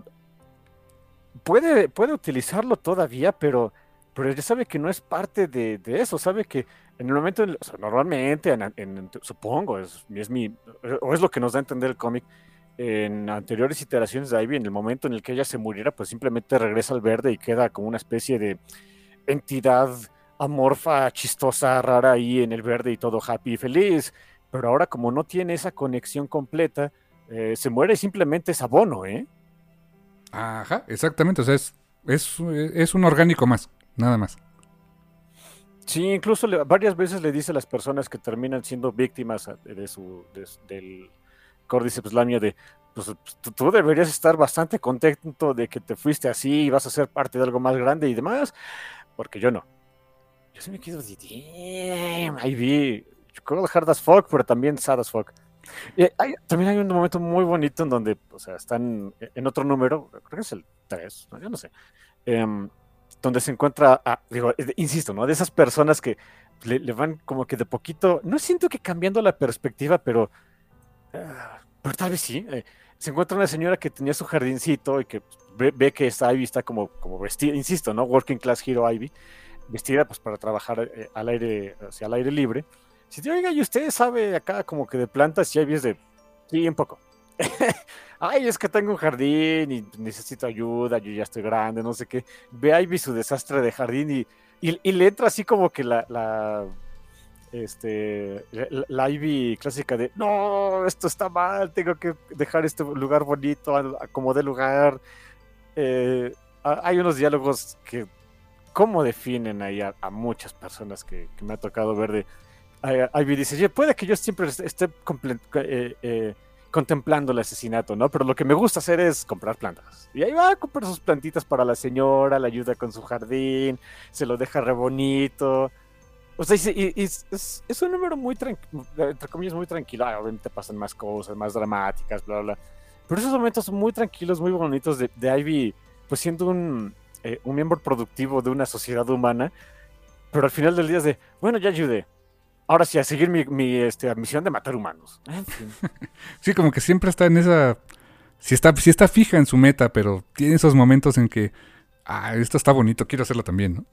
puede, puede utilizarlo todavía, pero, pero ya sabe que no es parte de, de eso, sabe que en el momento, en- o sea, normalmente, en- en- supongo, es, es mi, o es lo que nos da a entender el cómic, en anteriores iteraciones de Ivy, en el momento en el que ella se muriera, pues simplemente regresa al verde y queda como una especie de entidad amorfa, chistosa, rara ahí en el verde y todo happy y feliz. Pero ahora como no tiene esa conexión completa, eh, se muere y simplemente es abono, ¿eh? Ajá, exactamente, o sea, es, es, es un orgánico más, nada más. Sí, incluso le- varias veces le dice a las personas que terminan siendo víctimas a- de su, de su- del Cordyceps lamia de, pues pues, tú, tú deberías estar bastante contento de que te fuiste así y vas a ser parte de algo más grande y demás, porque yo no. Yo sí me quedo de, damn, ahí vi, Cold Hard as Fuck, pero también Sad as Fuck. Y hay- también hay un momento muy bonito en donde, o sea, están en otro número, creo que es el tres, ¿no? Yo no sé, em, donde se encuentra, a- digo, eh, insisto, ¿no? De esas personas que le, le van como que de poquito, no siento que cambiando la perspectiva, pero, ah, pero tal vez sí. eh, se encuentra una señora que tenía su jardincito y que ve, ve que esta Ivy está como, como vestida, insisto, ¿no? Working Class Hero Ivy, vestida pues para trabajar eh, al aire, hacia el aire libre. Si te oiga, y usted sabe acá como que de plantas y Ivy es de, sí, un poco. Ay, es que tengo un jardín y necesito ayuda, yo ya estoy grande, no sé qué. Ve a Ivy su desastre de jardín y, y, y le entra así como que la, la, este, la, la Ivy clásica de, no, esto está mal, tengo que dejar este lugar bonito a, a como de lugar. Eh, a- hay unos diálogos que, ¿cómo definen ahí a, a muchas personas que, que me ha tocado ver de, a- Ivy dice, "Oye, puede que yo siempre est- esté comple- eh, eh, contemplando el asesinato, ¿no? Pero lo que me gusta hacer es comprar plantas. Y ahí va a comprar sus plantitas para la señora, la ayuda con su jardín, se lo deja re bonito. O sea, y- y- y es, es- es un número muy tranquilo, entre comillas, muy tranquilo. Ah, obviamente pasan más cosas, más dramáticas, bla, bla. Pero esos momentos muy tranquilos, muy bonitos de, de Ivy, pues siendo un, eh, un miembro productivo de una sociedad humana, pero al final del día es de, bueno, ya ayudé. Ahora sí, a seguir mi, mi este, misión de matar humanos. En fin. Sí, como que siempre está en esa... Sí está, sí está fija en su meta, pero tiene esos momentos en que... Ah, esto está bonito, quiero hacerlo también, ¿no?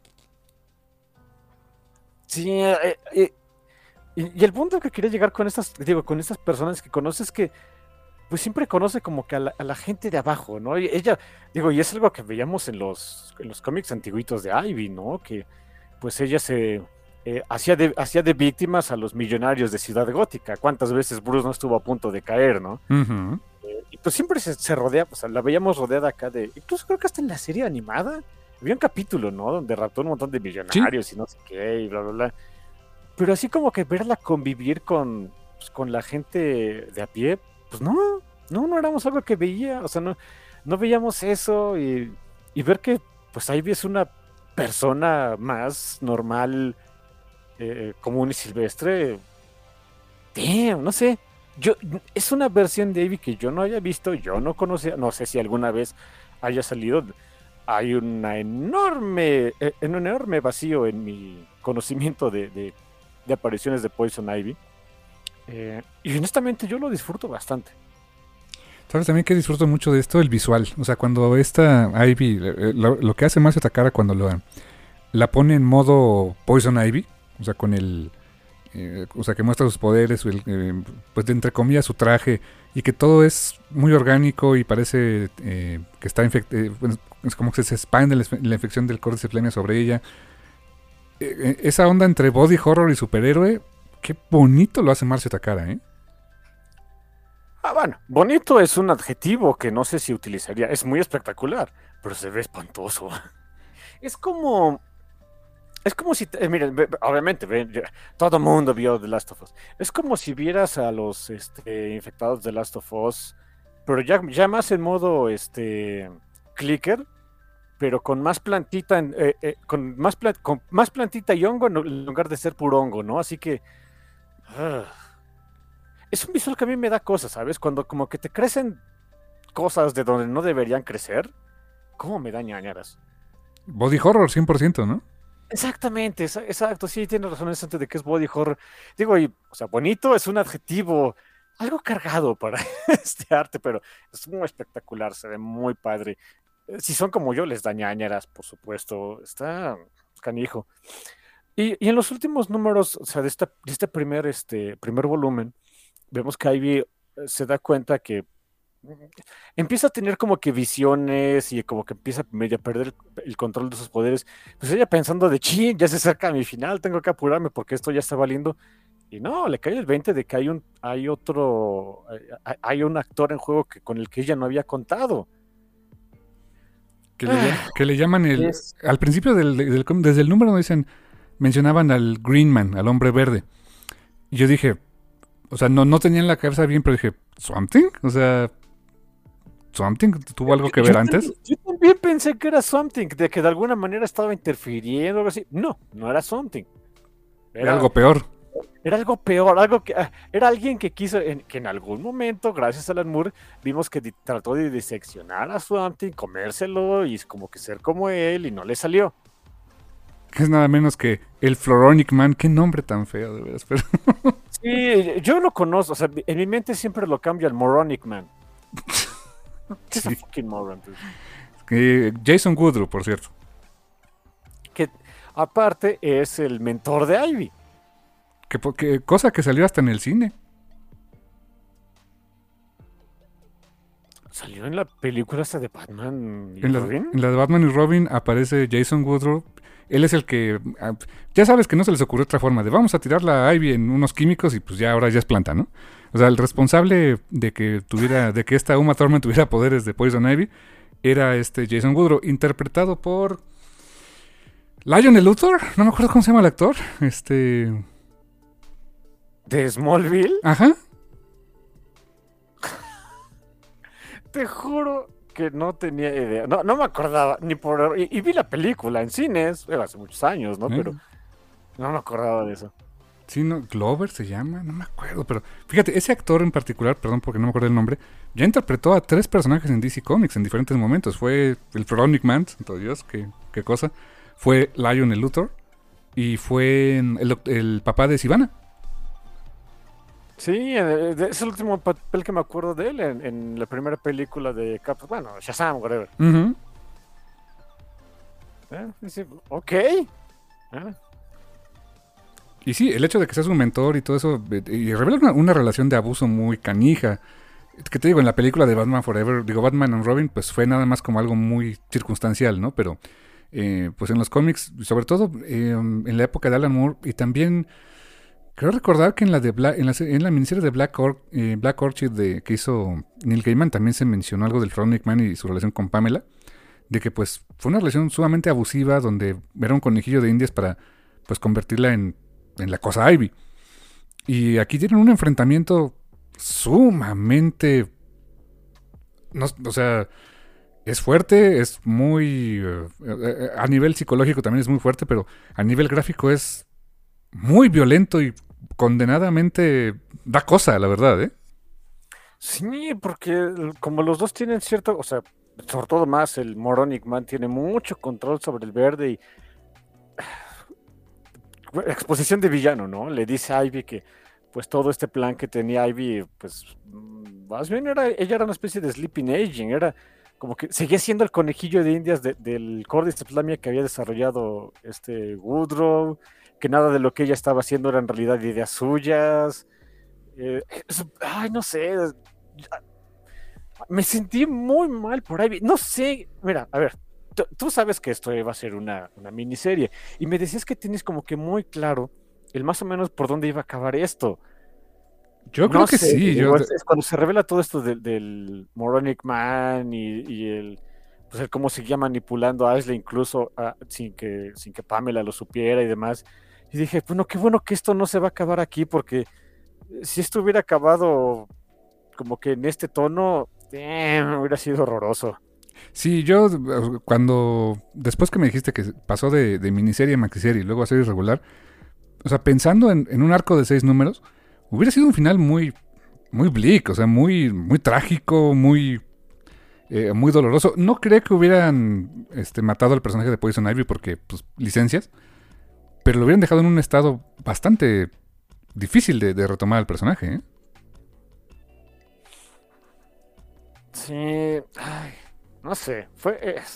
Sí, eh, eh, y, y el punto que quería llegar con estas, digo, con estas personas que conoces que pues siempre conoce como que a la, a la gente de abajo, ¿no? Y ella, digo, y es algo que veíamos en los, en los cómics antiguitos de Ivy, ¿no? Que pues ella se eh, hacía, de, hacía de víctimas a los millonarios de Ciudad Gótica. ¿Cuántas veces Bruce no estuvo a punto de caer, ¿no? Uh-huh. Eh, y pues siempre se, se rodea, pues la veíamos rodeada acá de, incluso creo que hasta en la serie animada, había un capítulo, ¿no? Donde raptó un montón de millonarios ¿Sí? y no sé qué, y bla, bla, bla. Pero así como que verla convivir con, pues, con la gente de a pie, pues no, no, no éramos algo que veía, o sea, no, no veíamos eso y, y ver que pues Ivy es una persona más normal, eh, común y silvestre, damn, no sé, yo, es una versión de Ivy que yo no había visto, yo no conocía, no sé si alguna vez haya salido, hay una enorme, eh, un enorme vacío en mi conocimiento de, de, de apariciones de Poison Ivy, eh, y honestamente yo lo disfruto bastante. ¿Sabes también que disfruto mucho de esto? El visual. O sea, cuando esta Ivy, eh, lo, lo que hace Marcio Takara cuando lo, la pone en modo Poison Ivy, o sea, con el... Eh, o sea, que muestra sus poderes, el, eh, pues de entre comillas su traje, y que todo es muy orgánico y parece eh, que está infectado, eh, bueno, es como que se expande la, la infección del Córdice Flemia sobre ella. Eh, esa onda entre body horror y superhéroe, qué bonito lo hace Marcio Takara, ¿eh? Ah, bueno, bonito es un adjetivo que no sé si utilizaría. Es muy espectacular, pero se ve espantoso. Es como... Es como si... Eh, miren, obviamente, ven, todo el mundo vio The Last of Us. Es como si vieras a los este, infectados de The Last of Us, pero ya, ya más en modo este, clicker, pero con más plantita, eh, eh, con, más pla con más plantita y hongo en lugar de ser puro hongo, ¿no? Así que... Uh, es un visual que a mí me da cosas, ¿sabes? Cuando como que te crecen cosas de donde no deberían crecer, ¿cómo me da ñañaras? Body horror cien por ciento, ¿no? Exactamente, exacto, sí, tienes razón en eso de que es body horror. Digo, y, o sea, bonito es un adjetivo, algo cargado para este arte, pero es muy espectacular, se ve muy padre. Si son como yo, les da ñañaras, por supuesto, está canijo. Y, y en los últimos números, o sea, de, esta, de este primer, este, primer volumen, vemos que Ivy se da cuenta que empieza a tener como que visiones y como que empieza medio a perder el, el control de sus poderes. Pues ella pensando de, chin, ya se acerca a mi final, tengo que apurarme porque esto ya está valiendo. Y no, le cae el veinte de que hay un, hay otro, hay, hay un actor en juego que, con el que ella no había contado. Que le, que le llaman el... Es... Al principio del, del, desde el número dicen, mencionaban al Green Man, al hombre verde. Y yo dije... O sea, no, no tenía en la cabeza bien, pero dije, ¿Something? O sea, ¿Something? ¿Tuvo algo que ver yo antes? También, yo también pensé que era Something, de que de alguna manera estaba interfiriendo o algo así. No, no era Something. Era, era algo peor. Era algo peor, algo que... Era alguien que quiso, en, que en algún momento, gracias a Alan Moore, vimos que di, trató de diseccionar a Something, comérselo y como que ser como él y no le salió. Que es nada menos que el Floronic Man. Qué nombre tan feo, de veras, pero... Sí, yo lo conozco, o sea, en mi mente siempre lo cambio al Moronic Man. ¿Qué sí. Es fucking moron? Eh, Jason Woodrue, por cierto. Que aparte es el mentor de Ivy. Que, que cosa que salió hasta en el cine. ¿Salió en la película esta de Batman y en Robin? La, en la de Batman y Robin aparece Jason Woodrue. Él es el que... Ya sabes que no se les ocurrió otra forma de vamos a tirarla a Ivy en unos químicos y pues ya ahora ya es planta, ¿no? O sea, el responsable de que tuviera... de que esta Uma Thurman tuviera poderes de Poison Ivy era este Jason Woodrue, interpretado por... Lionel Luthor, no me acuerdo cómo se llama el actor. Este... ¿De Smallville? Ajá. Te juro... que no tenía idea, no, no me acordaba ni por y, y vi la película en cines, pero hace muchos años, ¿no? ¿Eh? Pero no me acordaba de eso. Sí, no, Glover se llama, no me acuerdo, pero fíjate, ese actor en particular, perdón porque no me acuerdo el nombre, ya interpretó a tres personajes en D C Comics en diferentes momentos. Fue el Floronic Man, santo Dios, qué, qué cosa. Fue Lionel Luthor, y fue el, el papá de Sivana. Sí, es el último papel que me acuerdo de él en, en la primera película de Cap, bueno, Shazam, whatever. Uh-huh. ¿Eh? Sí, ok. ¿Eh? Y sí, el hecho de que seas un mentor y todo eso, y revela una, una relación de abuso muy canija. Que te digo, en la película de Batman Forever, digo, Batman and Robin, pues fue nada más como algo muy circunstancial, ¿no? Pero, eh, pues en los cómics, sobre todo eh, en la época de Alan Moore, y también creo recordar que en la de Black, en la, en la miniserie de Black, Or, eh, Black Orchid de, que hizo Neil Gaiman, también se mencionó algo del Floronic Man y su relación con Pamela, de que pues fue una relación sumamente abusiva, donde era un conejillo de indias para pues convertirla en, en la cosa Ivy. Y aquí tienen un enfrentamiento sumamente, no, o sea, es fuerte, es muy, uh, uh, a nivel psicológico también es muy fuerte, pero a nivel gráfico es muy violento y condenadamente da cosa, la verdad, ¿eh? Sí, porque como los dos tienen cierto, o sea, sobre todo más el Moronic Man tiene mucho control sobre el verde y exposición de villano, ¿no? Le dice a Ivy que pues todo este plan que tenía Ivy, pues más bien era, ella era una especie de sleeping agent, era como que seguía siendo el conejillo de indias de, del Códice Lamia que había desarrollado este Woodrow, que nada de lo que ella estaba haciendo era en realidad ideas suyas. Eh, eso, ay, no sé, me sentí muy mal por Ivy, no sé, mira, a ver, tú, tú sabes que esto iba a ser una, una miniserie, y me decías que tienes como que muy claro el más o menos por dónde iba a acabar esto. Yo creo no que sé, sí. digo, Yo... es, es cuando se revela todo esto del, del Moronic Man y, y el, pues el cómo seguía manipulando a Ashley incluso a, sin, que, sin que Pamela lo supiera y demás. Y dije, bueno, qué bueno que esto no se va a acabar aquí, porque si esto hubiera acabado como que en este tono, damn, hubiera sido horroroso. Sí, yo cuando, después que me dijiste que pasó de, de miniserie a maxiserie y luego a serie regular, o sea, pensando en, en un arco de seis números, hubiera sido un final muy, muy bleak, o sea, muy, muy trágico, muy, eh, muy doloroso. No creo que hubieran este, matado al personaje de Poison Ivy porque, pues, licencias, pero lo hubieran dejado en un estado bastante difícil de, de retomar al personaje, ¿eh? Sí, ay, no sé, fue... Es...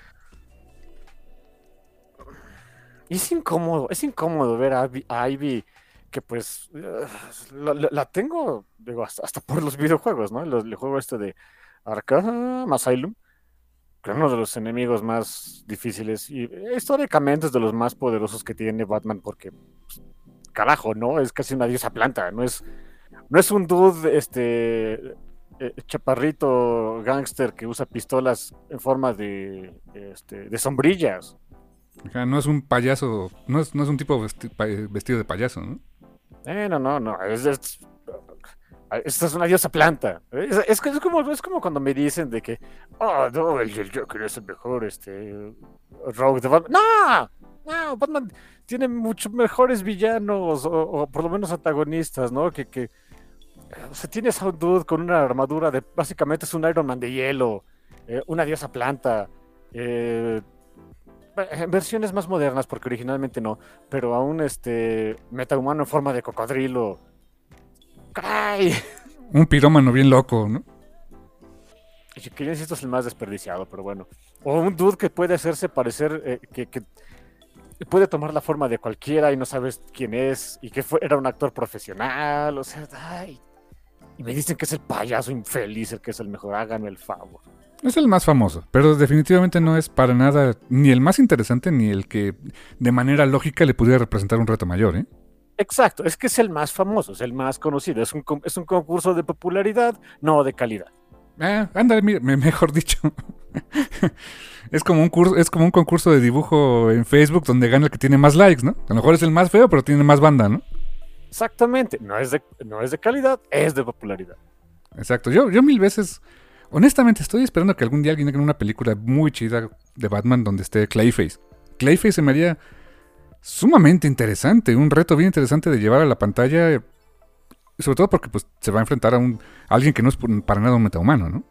Y es incómodo, es incómodo ver a Ivy, a Ivy que pues uh, la, la, tengo, digo, hasta, hasta por los videojuegos, ¿no? El, el juego este de Arkham Asylum, que es uno de los enemigos más difíciles y históricamente es de los más poderosos que tiene Batman porque, pues, carajo, ¿no? Es casi una diosa planta, no es, no es un dude, este... Eh, chaparrito gángster que usa pistolas en forma de, este, de sombrillas. O sea, no es un payaso, no es, no es un tipo vesti pa vestido de payaso, ¿no? Eh, no, no, no. Es, es, esta es una diosa planta. Es, es, es, como, es como cuando me dicen de que, oh, no, el, el Joker es el mejor este, rogue de Batman. ¡No! No, Batman tiene muchos mejores villanos o, o por lo menos antagonistas, ¿no? Que, que o sea, tienes a un dude con una armadura de, básicamente es un Iron Man de hielo, eh, una diosa planta, eh, versiones más modernas, porque originalmente no, pero aún este metahumano en forma de cocodrilo. ¡Caray! Un pirómano bien loco, ¿no? Que yo insisto es el más desperdiciado, pero bueno. O un dude que puede hacerse parecer, eh, que, que puede tomar la forma de cualquiera y no sabes quién es, y que fue, era un actor profesional, o sea, ay. Y me dicen que es el payaso infeliz el que es el mejor, háganme el favor. Es el más famoso, pero definitivamente no es para nada ni el más interesante ni el que de manera lógica le pudiera representar un reto mayor, ¿eh? Exacto, es que es el más famoso, es el más conocido, es un, es un concurso de popularidad, no de calidad. Ah, ándale, mira, mejor dicho. es como un curso, es como un concurso de dibujo en Facebook donde gana el que tiene más likes, ¿no? A lo mejor es el más feo, pero tiene más banda, ¿no? Exactamente, no es de, no es de calidad, es de popularidad. Exacto, yo, yo mil veces, honestamente estoy esperando que algún día alguien haga una película muy chida de Batman donde esté Clayface. Clayface se me haría sumamente interesante, un reto bien interesante de llevar a la pantalla, sobre todo porque pues se va a enfrentar a, un, a alguien que no es para nada un metahumano, ¿no?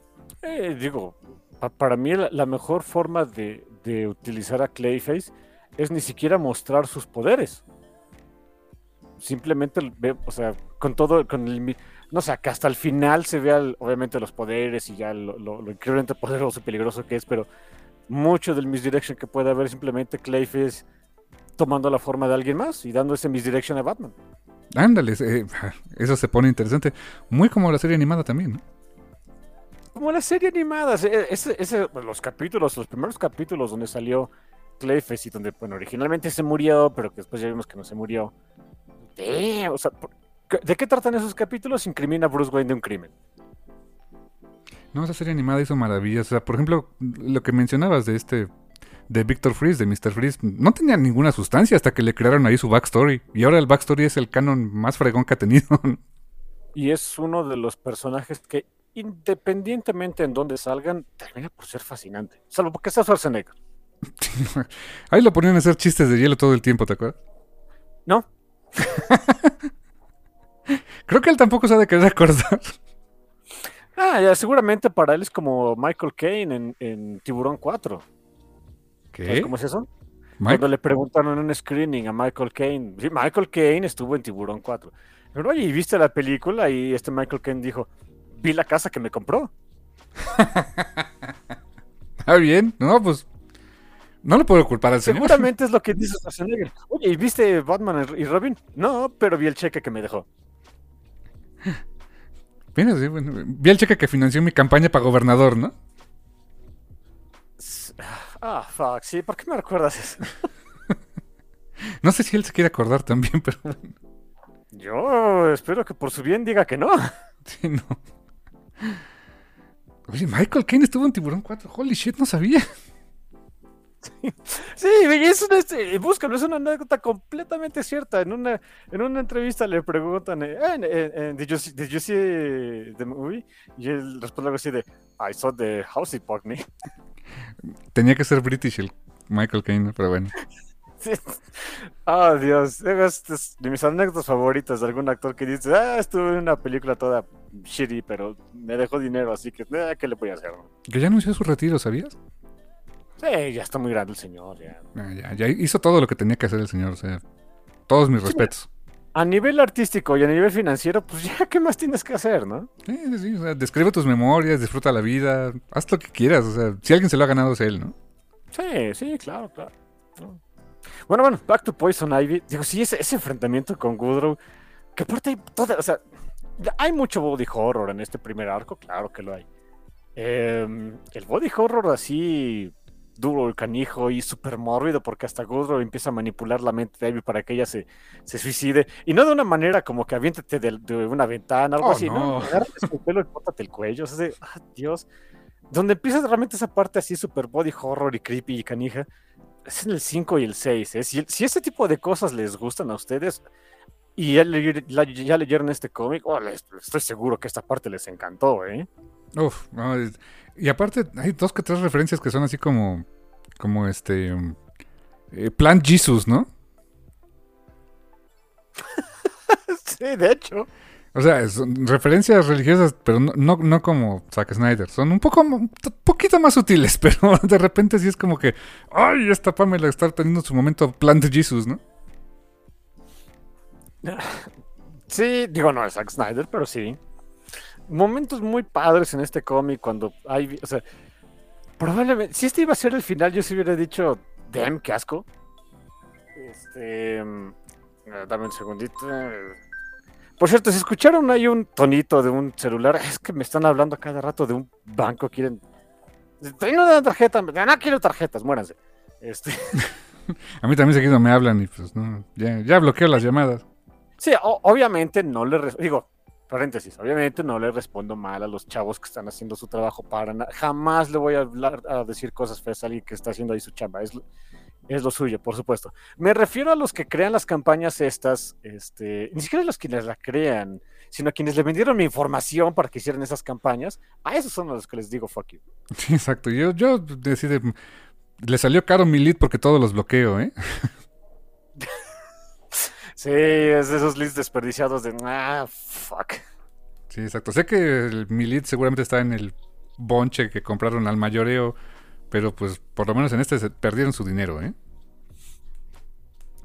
Eh, digo, pa para mí la, la mejor forma de, de utilizar a Clayface es ni siquiera mostrar sus poderes. Simplemente ve, o sea, con todo, con el, no sé, que hasta el final se vea el, obviamente los poderes y ya lo, lo, lo increíblemente poderoso y peligroso que es, pero mucho del misdirection que puede haber simplemente Clayface tomando la forma de alguien más y dando ese misdirection a Batman. Ándale, eh, eso se pone interesante. Muy como la serie animada también, ¿no? Como la serie animada, ese, ese, los capítulos, los primeros capítulos donde salió Clayface y donde, bueno, originalmente se murió, pero que después ya vimos que no se murió. Damn, o sea, ¿de qué tratan esos capítulos? Incrimina a Bruce Wayne de un crimen. No, esa serie animada hizo maravillas. O sea, por ejemplo, lo que mencionabas de este, de Victor Freeze, de mister Freeze, no tenía ninguna sustancia hasta que le crearon ahí su backstory. Y ahora el backstory es el canon más fregón que ha tenido. Y es uno de los personajes que, independientemente en dónde salgan, termina por ser fascinante. Salvo porque está Schwarzenegger. Ahí lo ponían a hacer chistes de hielo todo el tiempo, ¿te acuerdas? No. Creo que él tampoco sabe querer acordar. Ah, ya, seguramente para él es como Michael Caine en, en Tiburón cuatro. ¿Qué? ¿Sabes cómo es eso? Mike? Cuando le preguntaron en un screening a Michael Caine. Sí, Michael Caine estuvo en Tiburón cuatro. Pero, oye, ¿y viste la película? Y este Michael Caine dijo, vi la casa que me compró. Ah, bien. No, pues no le puedo culpar al señor. Seguramente es lo que dice Schwarzenegger. Oye, ¿y viste Batman y Robin? No, pero vi el cheque que me dejó. Mira, sí, bueno, vi el cheque que financió mi campaña para gobernador, ¿no? Ah, fuck, sí, ¿por qué me recuerdas eso? No sé si él se quiere acordar también, pero bueno. Yo espero que por su bien diga que no. Sí, no. Oye, Michael Caine estuvo en Tiburón cuatro. Holy shit, no sabía. Sí, es una, este, búscalo, es una anécdota completamente cierta. En una, en una entrevista le preguntan, eh, eh, eh, did, you see, did you see the movie? Y él responde algo así de, I saw the house it bugged me. Tenía que ser British el Michael Caine, pero bueno. Sí. Oh, Dios, es, es de mis anécdotas favoritas de algún actor que dice, ah, estuve en una película toda shitty, pero me dejó dinero, así que, eh, ¿qué le voy a hacer? Que ya anunció su retiro, ¿sabías? Sí, ya está muy grande el señor, ya. Ah, ya, ya hizo todo lo que tenía que hacer el señor, o sea, todos mis Sí, respetos. A nivel artístico y a nivel financiero, pues ya, ¿qué más tienes que hacer, no? Sí, sí, sí, o sea, describe tus memorias, disfruta la vida, haz lo que quieras, o sea, si alguien se lo ha ganado es él, ¿no? Sí, sí, claro, claro. Bueno, bueno, back to Poison Ivy. Digo, sí, ese, ese enfrentamiento con Goodrow, que aparte hay toda, o sea, hay mucho body horror en este primer arco, claro que lo hay. Eh, el body horror así duro, el canijo y súper mórbido, porque hasta Goodrow empieza a manipular la mente de Ivy para que ella se, se suicide, y no de una manera como que aviéntate de, de una ventana, algo Oh, así, no. ¿no? Agárrate su pelo y córtate el cuello, o sea, de, ah, Dios. Donde empieza realmente esa parte así súper body horror y creepy y canija, es en el cinco y el seis, ¿eh? Si, si ese tipo de cosas les gustan a ustedes y ya, le, ya, ya leyeron este cómic, oh, les, estoy seguro que esta parte les encantó, ¿eh? Uf, no, es- y aparte hay dos que tres referencias que son así como, como este, um, eh, Plant Jesus, ¿no? Sí, de hecho. O sea, son referencias religiosas, pero no, no, no como Zack Snyder. Son un poco, un poquito más sutiles, pero de repente sí es como que, ay, esta Pamela está teniendo su momento Plant Jesus, ¿no? Sí, digo, no es Zack Snyder, pero sí. Momentos muy padres en este cómic cuando hay, o sea, probablemente, si este iba a ser el final, yo sí hubiera dicho, damn, qué asco. Este, mm, eh, dame un segundito. Por cierto, si escucharon hay un tonito de un celular, es que me están hablando a cada rato de un banco, quieren... Tengo una tarjeta, no quiero tarjetas, muéranse. Este... A mí también seguido me hablan y pues no, ya, ya bloqueo las llamadas. Sí, o- obviamente no le... res- Digo, paréntesis, obviamente no le respondo mal a los chavos que están haciendo su trabajo para nada. Jamás le voy a hablar, a decir cosas feas a alguien que está haciendo ahí su chamba. Es, lo- es lo suyo, por supuesto. Me refiero a los que crean las campañas estas, este, ni siquiera a los quienes la crean, sino a quienes le vendieron mi información para que hicieran esas campañas. A esos son a los que les digo fuck you. Sí, exacto. Yo, yo decidí, le salió caro mi lead porque todos los bloqueo, ¿eh? Sí, es de esos leads desperdiciados de, ah, fuck. Sí, exacto. Sé que el, mi lead seguramente está en el bonche que compraron al mayoreo, pero pues por lo menos en este se perdieron su dinero, ¿eh?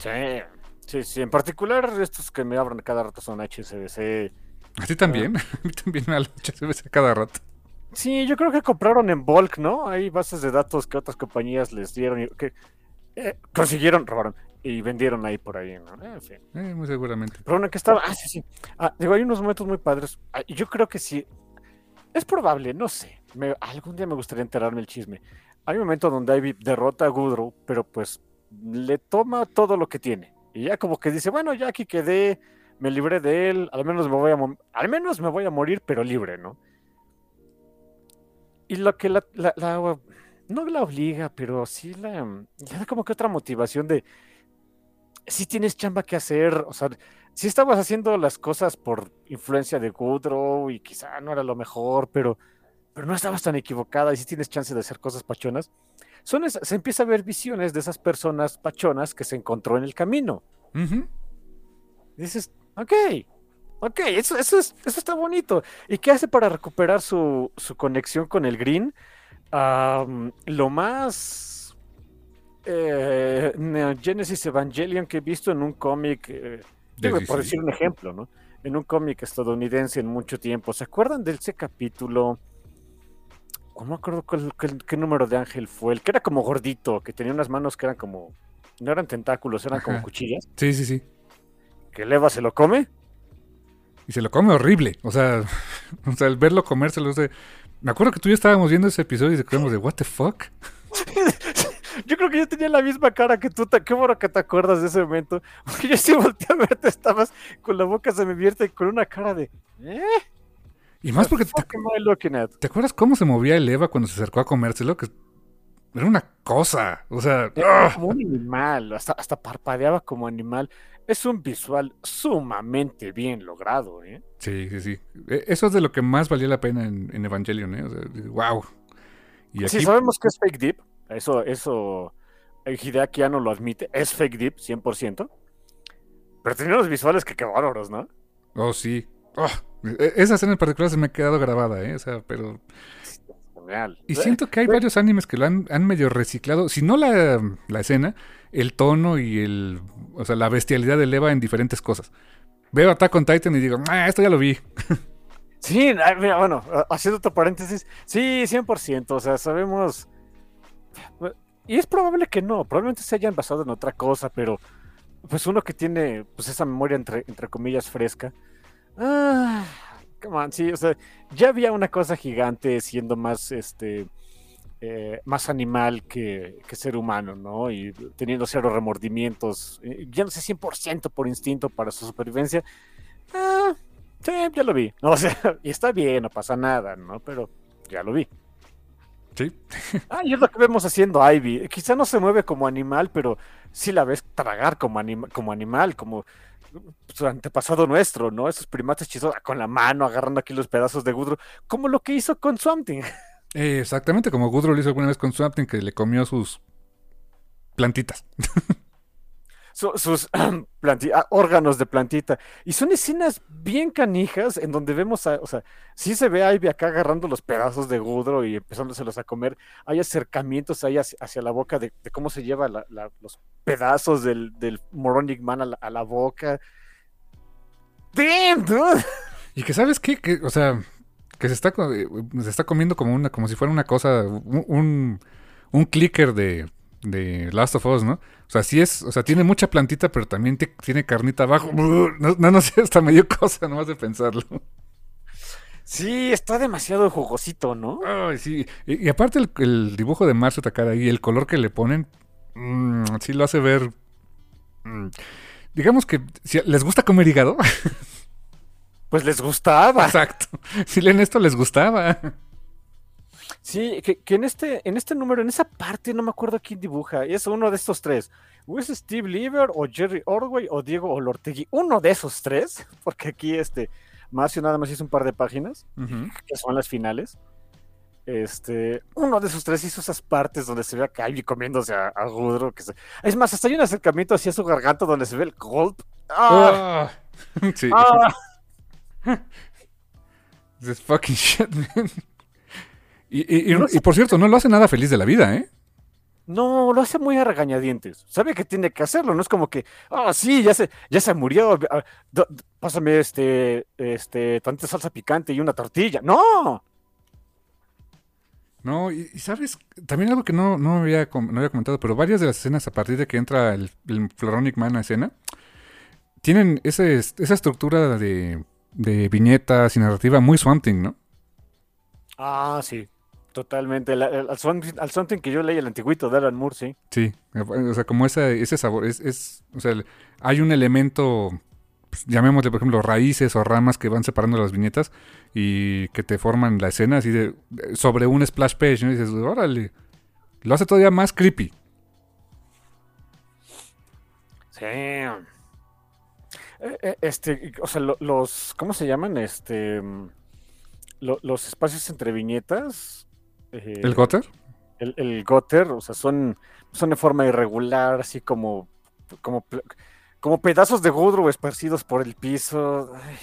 Sí, sí, sí. En particular, estos que me abren cada rato son H S B C. ¿A ti también? A mí también me da la H S B C cada rato. Sí, yo creo que compraron en bulk, ¿no? Hay bases de datos que otras compañías les dieron y que eh, consiguieron, robaron y vendieron ahí por ahí, ¿no? En fin. Eh, muy seguramente. Pero una que estaba, ah, sí, sí. Ah, digo, hay unos momentos muy padres. Ah, yo creo que sí. Es probable, no sé. Me- algún día me gustaría enterarme el chisme. Hay un momento donde Ivy derrota a Goodrow, pero pues le toma todo lo que tiene. Y ya como que dice, bueno, ya aquí quedé, me libré de él, al menos me voy a, mo- al menos me voy a morir, pero libre, ¿no? Y lo que la, la- la- no la obliga, pero sí la, le da como que otra motivación de, si tienes chamba que hacer, o sea, si estabas haciendo las cosas por influencia de Goodrow y quizá no era lo mejor, pero, pero no estabas tan equivocada y si tienes chance de hacer cosas pachonas, son esas- se empieza a ver visiones de esas personas pachonas que se encontró en el camino. Ujú. Dices, ok, ok, eso, eso, es, eso está bonito. ¿Y qué hace para recuperar su, su conexión con el Green? Am, lo más eh, Neo Genesis Evangelion que he visto en un cómic, eh, digo, Sí, por sí. decir un ejemplo, ¿no? En un cómic estadounidense en mucho tiempo. ¿Se acuerdan de ese capítulo? Oh, no me acuerdo cuál- cuál- qué número de ángel fue. El que era como gordito, que tenía unas manos que eran como, no eran tentáculos, eran como Ajá. cuchillas. Sí, sí, sí. Que el Eva se lo come. Y se lo come horrible. O sea, o sea, el verlo comérselo es de... Me acuerdo que tú y yo estábamos viendo ese episodio y se quedamos de what the fuck. Yo creo que yo tenía la misma cara que tú. ta- Qué bueno que te acuerdas de ese momento. Porque yo sí volteé a verte, estabas con la boca se me vierte y con una cara de. ¿Eh? Y más porque... ¿Qué ¿Te, am I looking at? te acuerdas cómo se movía el Eva cuando se acercó a comérselo? Que era una cosa. O sea... Era ¡ah! como un animal, hasta, hasta parpadeaba como animal. Es un visual sumamente bien logrado, ¿eh? Sí, sí, sí. E- Eso es de lo que más valía la pena en, en Evangelion, ¿eh? O sea, wow. Y Sí, aquí... sabemos que es fake deep. Eso, eso. eh, Hideaki Anno lo admite. Es fake deep, cien por ciento. Pero tenía unos visuales que qué bárbaros, ¿no? Oh, sí. Oh, e- esa escena en particular se me ha quedado grabada, ¿eh? O sea, pero... Genial. Y siento que hay varios animes que lo han, han medio reciclado. Si no la, la escena, el tono y el... O sea, la bestialidad del Eva en diferentes cosas. Veo Attack on Titan y digo, ah, esto ya lo vi. Sí, ay, mira, bueno, a- haciendo otro paréntesis, sí, cien por ciento, o sea, sabemos, y es probable que no, probablemente se hayan basado en otra cosa, pero pues uno que tiene pues esa memoria entre, entre comillas fresca, ah, come on, sí, o sea, ya había una cosa gigante siendo más, este, eh, más animal que, que ser humano, ¿no? Y teniendo cero remordimientos, eh, ya no sé cien por ciento por instinto para su supervivencia, ah, sí, ya lo vi. No, o sea, y está bien, no pasa nada, ¿no? Pero ya lo vi. Sí. Ah, y es lo que vemos haciendo a Ivy. Quizá no se mueve como animal, pero sí la ves tragar como, anima- como animal, como su antepasado nuestro, ¿no? Esos primates chistosos con la mano agarrando aquí los pedazos de Gudro, como lo que hizo con Swamp Thing. Eh, exactamente como Gudrun lo hizo alguna vez con Swamp Thing, que le comió sus plantitas. Su- sus planti- ah, órganos de plantita. Y son escenas bien canijas en donde vemos, a, o sea, sí se ve a Ivy acá agarrando los pedazos de Gudro y empezándoselos a comer. Hay acercamientos ahí hacia, hacia la boca de, de cómo se lleva la- la- los pedazos del, del Moronic Man a la, a la boca. Damn, dude. Y que sabes qué, que, o sea, que se está, co- eh, se está comiendo como una, como si fuera una cosa, un, un, un clicker de, de Last of Us, ¿no? O sea, sí es, o sea, tiene mucha plantita, pero también te- tiene carnita abajo. No, no, no sé, hasta me dio cosa nomás de pensarlo. Sí, está demasiado jugosito, ¿no? Ay, sí. Y, y aparte el, el dibujo de Marcio Takara y el color que le ponen, mm, sí lo hace ver. mm, digamos que si les gusta comer hígado. Pues les gustaba. Exacto. Si leen esto les gustaba. Sí, que, que en este, en este número, en esa parte, no me acuerdo quién dibuja, es uno de estos tres. ¿O es Steve Lieber, o Jerry Ordway, o Diego Olortegui? Uno de esos tres, porque aquí este, Marcio nada más hizo un par de páginas, Ujú. que son las finales. Este, uno de esos tres hizo esas partes donde se ve a Kylie comiéndose a, a Gudro. Que se... Es más, hasta hay un acercamiento hacia su garganta donde se ve el gulp. ¡Ah! Ah. Sí. ¡Ah! This fucking shit, man. Y, y, y, y por cierto, no lo hace nada feliz de la vida, ¿eh? No, lo hace muy a regañadientes. Sabe que tiene que hacerlo, no es como que, ah, sí, ya se, ya se murió. ah, do- do- pásame este, este, tanta salsa picante y una tortilla. No. No, y, y sabes, también algo que no, no, había, com- no había comentado, pero varias de las escenas a partir de que entra el, el Floronic Man a escena, tienen ese, esa estructura de, de viñetas y narrativa muy Swamp Thing, ¿no? Ah, sí, totalmente. La- el- al, something, al Something que yo leí, el antiguito de Alan Moore, sí. Sí, eh, o sea, como esa, ese sabor, es, es, o sea, el- hay un elemento, pues, llamémosle, por ejemplo, raíces o ramas que van separando las viñetas y que te forman la escena así de, de- sobre un splash page, ¿no? Y dices, órale, lo hace todavía más creepy. Sí. Eh, eh, Este, o sea, lo- los, ¿cómo se llaman? Este, mm, lo- los espacios entre viñetas, ¿El eh, Gutter? el, el gutter, o sea, son, son de forma irregular, así como, como, pl- como pedazos de Goodrow esparcidos por el piso. Ay,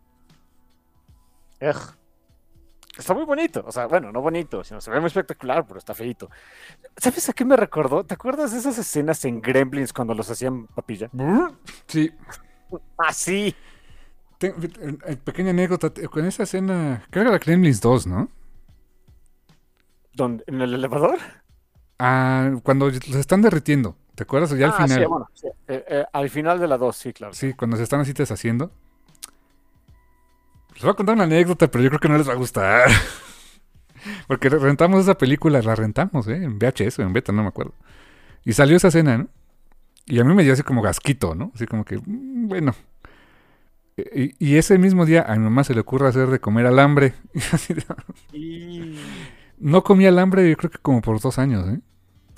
ugh. Está muy bonito, o sea, bueno, no bonito, sino se ve muy espectacular, pero está feito. ¿Sabes a qué me recordó? ¿Te acuerdas de esas escenas en Gremlins cuando los hacían papilla? Sí. Así. Te- eh, eh, pequeña anécdota, te- con esa escena, creo que era la Gremlins dos, ¿no? ¿Dónde? ¿En el elevador? Ah, cuando los están derritiendo, ¿te acuerdas? Ya al Ah, sí, final, bueno, sí. Eh, eh, al final de la dos, sí, claro, sí, claro. cuando se están así deshaciendo. Les voy a contar una anécdota, pero yo creo que no les va a gustar. Porque rentamos esa película, la rentamos, ¿eh? En V H S o en beta, no me acuerdo. Y salió esa escena, ¿no? Y a mí me dio así como gasquito, ¿no? Así como que, mm, bueno. Y, y ese mismo día a mi mamá se le ocurre hacer de comer alambre. Y así de- Y... no comí alambre yo creo que como por dos años, ¿eh?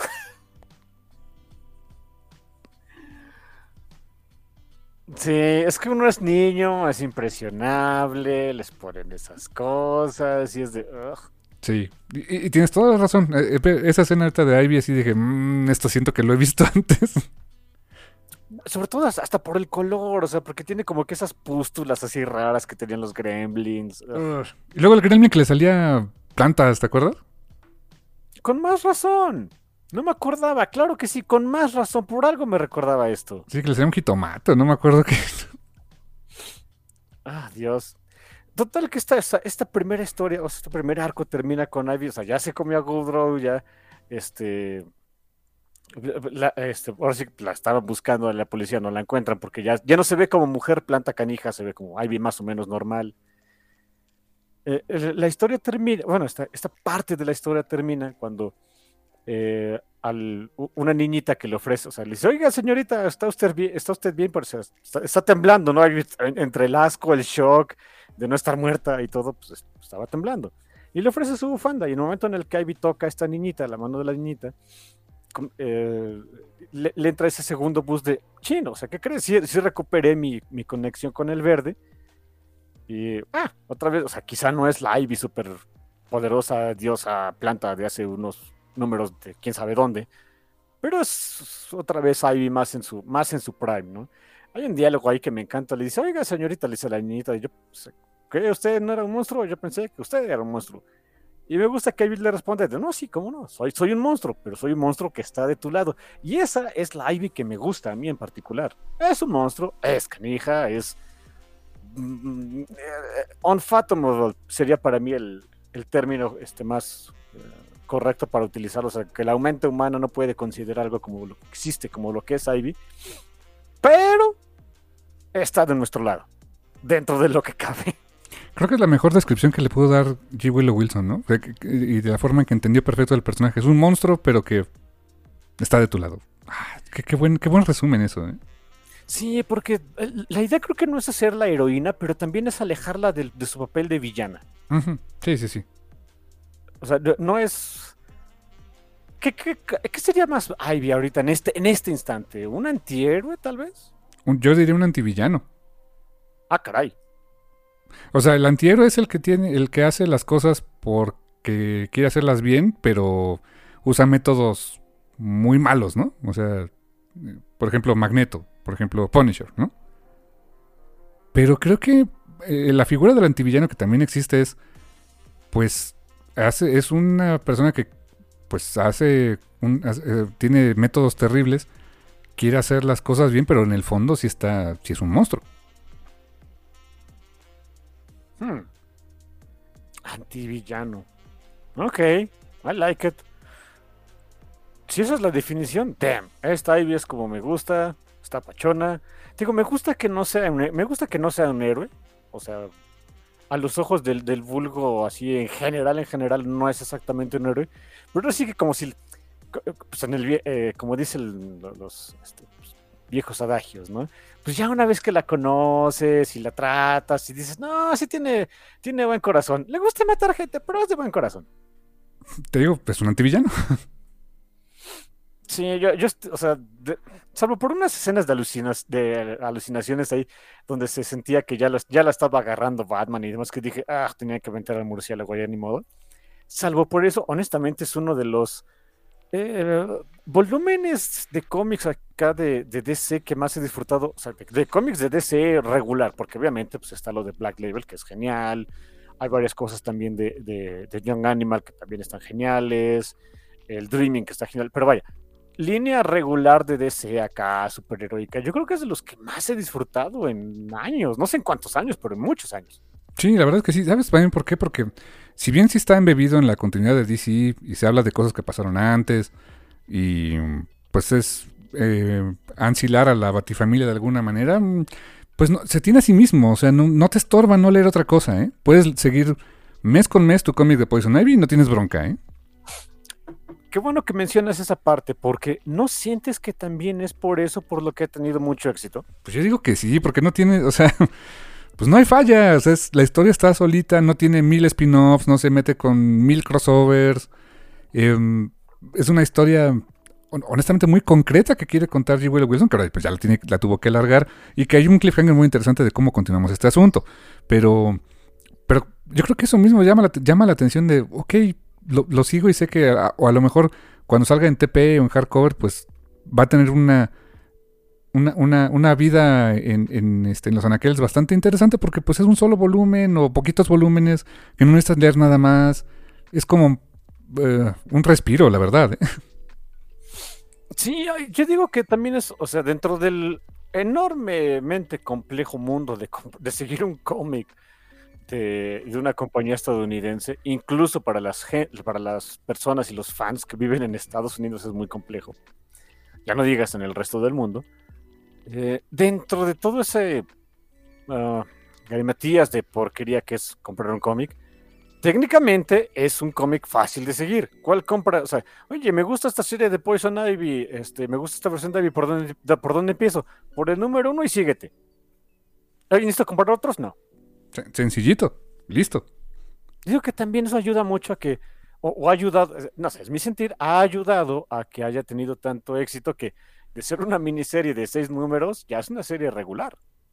Sí, es que uno es niño, es impresionable, les ponen esas cosas y es de... ugh. Sí, y, y- y tienes toda la razón. Eh, eh, esa escena ahorita de Ivy así dije, mmm, esto siento que lo he visto antes. Sobre todo hasta por el color, o sea, porque tiene como que esas pústulas así raras que tenían los gremlins. ugh. Ugh. Y luego el gremlin que le salía plantas, ¿te acuerdas? Con más razón. No me acordaba, claro que sí, con más razón, por algo me recordaba esto. Sí, que le salía un jitomate, no me acuerdo qué. Ah, Dios. Total que esta, esta, esta primera historia, o sea, este primer arco termina con Ivy, o sea, ya se comió a Goodrow, ya, este, la, este, ahora sí que la estaban buscando a la policía, no la encuentran porque ya, ya no se ve como mujer planta canija, se ve como Ivy más o menos normal. Eh, eh, la historia termina, bueno, esta, esta parte de la historia termina cuando eh, al, u- una niñita que le ofrece, o sea, le dice, oiga, señorita, ¿está usted bien? ¿Está usted bien? Pero, o sea, está, está temblando, ¿no? Ahí, en- Entre el asco, el shock de no estar muerta y todo, pues es- estaba temblando. Y le ofrece su bufanda, y en el momento en el que Ivy toca a esta niñita, la mano de la niñita, com- eh, le, le entra ese segundo bus de chino, o sea, ¿qué crees? Sí, sí recuperé mi, mi conexión con el verde, y, ah, otra vez, o sea, quizá no es la Ivy súper poderosa diosa planta de hace unos números de quién sabe dónde, pero es otra vez Ivy más en su, más en su prime, ¿no? Hay un diálogo ahí que me encanta, le dice, oiga señorita, le dice la niñita, y yo, pues, ¿qué? ¿Usted no era un monstruo? Yo pensé que usted era un monstruo. Y me gusta que Ivy le responde, de, no, sí, cómo no, soy, soy un monstruo, pero soy un monstruo que está de tu lado. Y esa es la Ivy que me gusta a mí en particular. Es un monstruo, es canija, es... mm, eh, unfathomable sería para mí el, el término este, más eh, correcto para utilizarlo. O sea, que la mente humana no puede considerar algo como lo que existe, como lo que es Ivy, pero está de nuestro lado, dentro de lo que cabe. Creo que es la mejor descripción que le pudo dar G. Willow Wilson, ¿no? De que- que- y de la forma en que entendió perfecto el personaje. Es un monstruo, pero que está de tu lado. Ah, qué, qué buen, qué buen resumen eso, ¿eh? Sí, porque el- la idea creo que no es hacer la heroína, pero también es alejarla de, de su papel de villana. Ujú. Sí, sí, sí. O sea, no, no es... ¿Qué, qué, qué sería más Ivy ahorita en este, en este instante? ¿Un antihéroe tal vez? Un- yo diría un antivillano. Ah, caray. O sea, el antihéroe es el que tiene, el que hace las cosas porque quiere hacerlas bien, pero usa métodos muy malos, ¿no? O sea, eh, por ejemplo, Magneto, por ejemplo, Punisher, ¿no? Pero creo que eh, la figura del antivillano que también existe es, pues, hace, es una persona que pues hace, un, hace eh, tiene métodos terribles, quiere hacer las cosas bien, pero en el fondo sí está, sí es un monstruo. Hmm. Antivillano. Ok, I like it. Si esa es la definición, damn, esta Ivy es como me gusta, está pachona. Digo, me gusta que no sea un, me gusta que no sea un héroe, o sea, a los ojos del, del vulgo, así en general, en general, no es exactamente un héroe, pero sí que como si, pues en el, eh, como dicen los este, pues, viejos adagios, ¿no? Pues ya una vez que la conoces y la tratas y dices, no, sí tiene, tiene buen corazón, le gusta matar gente, pero es de buen corazón. Te digo, es un antivillano. Sí, yo, yo o sea, de, salvo por unas escenas de, alucinas, de alucinaciones ahí, donde se sentía que ya, los, ya la estaba agarrando Batman y demás, que dije, ah, tenía que aventar al murciélago, ya ni modo. Salvo por eso, honestamente, es uno de los eh, volúmenes de cómics acá de, de D C que más he disfrutado, o sea, de, de cómics de D C regular, porque obviamente pues está lo de Black Label, que es genial, hay varias cosas también de, de, de Young Animal que también están geniales, el Dreaming que está genial, pero vaya, línea regular de D C acá, superheroica, yo creo que es de los que más he disfrutado en años, no sé en cuántos años, pero en muchos años. Sí, la verdad es que sí. ¿Sabes también por qué? Porque si bien sí está embebido en la continuidad de D C y se habla de cosas que pasaron antes y pues es eh, ancilar a la Batifamilia de alguna manera, pues no, se tiene a sí mismo. O sea, no, no te estorba no leer otra cosa, ¿eh? Puedes seguir mes con mes tu cómic de Poison Ivy y no tienes bronca, ¿eh? Qué bueno que mencionas esa parte, porque ¿no sientes que también es por eso por lo que ha tenido mucho éxito? Pues yo digo que sí, porque no tiene, o sea, pues no hay fallas, es, la historia está solita, no tiene mil spin-offs, no se mete con mil crossovers, eh, es una historia honestamente muy concreta que quiere contar G. Willow Wilson, que ahora pues ya la, tiene, la tuvo que alargar, y que hay un cliffhanger muy interesante de cómo continuamos este asunto, pero, pero yo creo que eso mismo llama la, llama la atención de, ok, Lo, lo sigo y sé que a, o a lo mejor cuando salga en T P o en hardcover pues va a tener una una, una, una vida en, en, este, en los anaqueles bastante interesante porque pues es un solo volumen o poquitos volúmenes que no necesitas leer nada más, es como uh, un respiro, la verdad, ¿eh? Sí, yo digo que también es, o sea, dentro del enormemente complejo mundo de, de seguir un cómic De, de una compañía estadounidense, incluso para las, para las personas y los fans que viven en Estados Unidos es muy complejo. Ya no digas en el resto del mundo. Eh, dentro de todo ese uh, garimatías de porquería que es comprar un cómic, técnicamente es un cómic fácil de seguir. ¿Cuál compra? O sea, oye, me gusta esta serie de Poison Ivy, este, me gusta esta versión de Ivy, ¿por dónde, ¿por dónde empiezo? Por el número uno y síguete. ¿Necesito comprar otros? No. Sencillito, listo. Digo que también eso ayuda mucho a que, o, o ha ayudado, no sé, es mi sentir, ha ayudado a que haya tenido tanto éxito que de ser una miniserie de seis números, ya es una serie regular.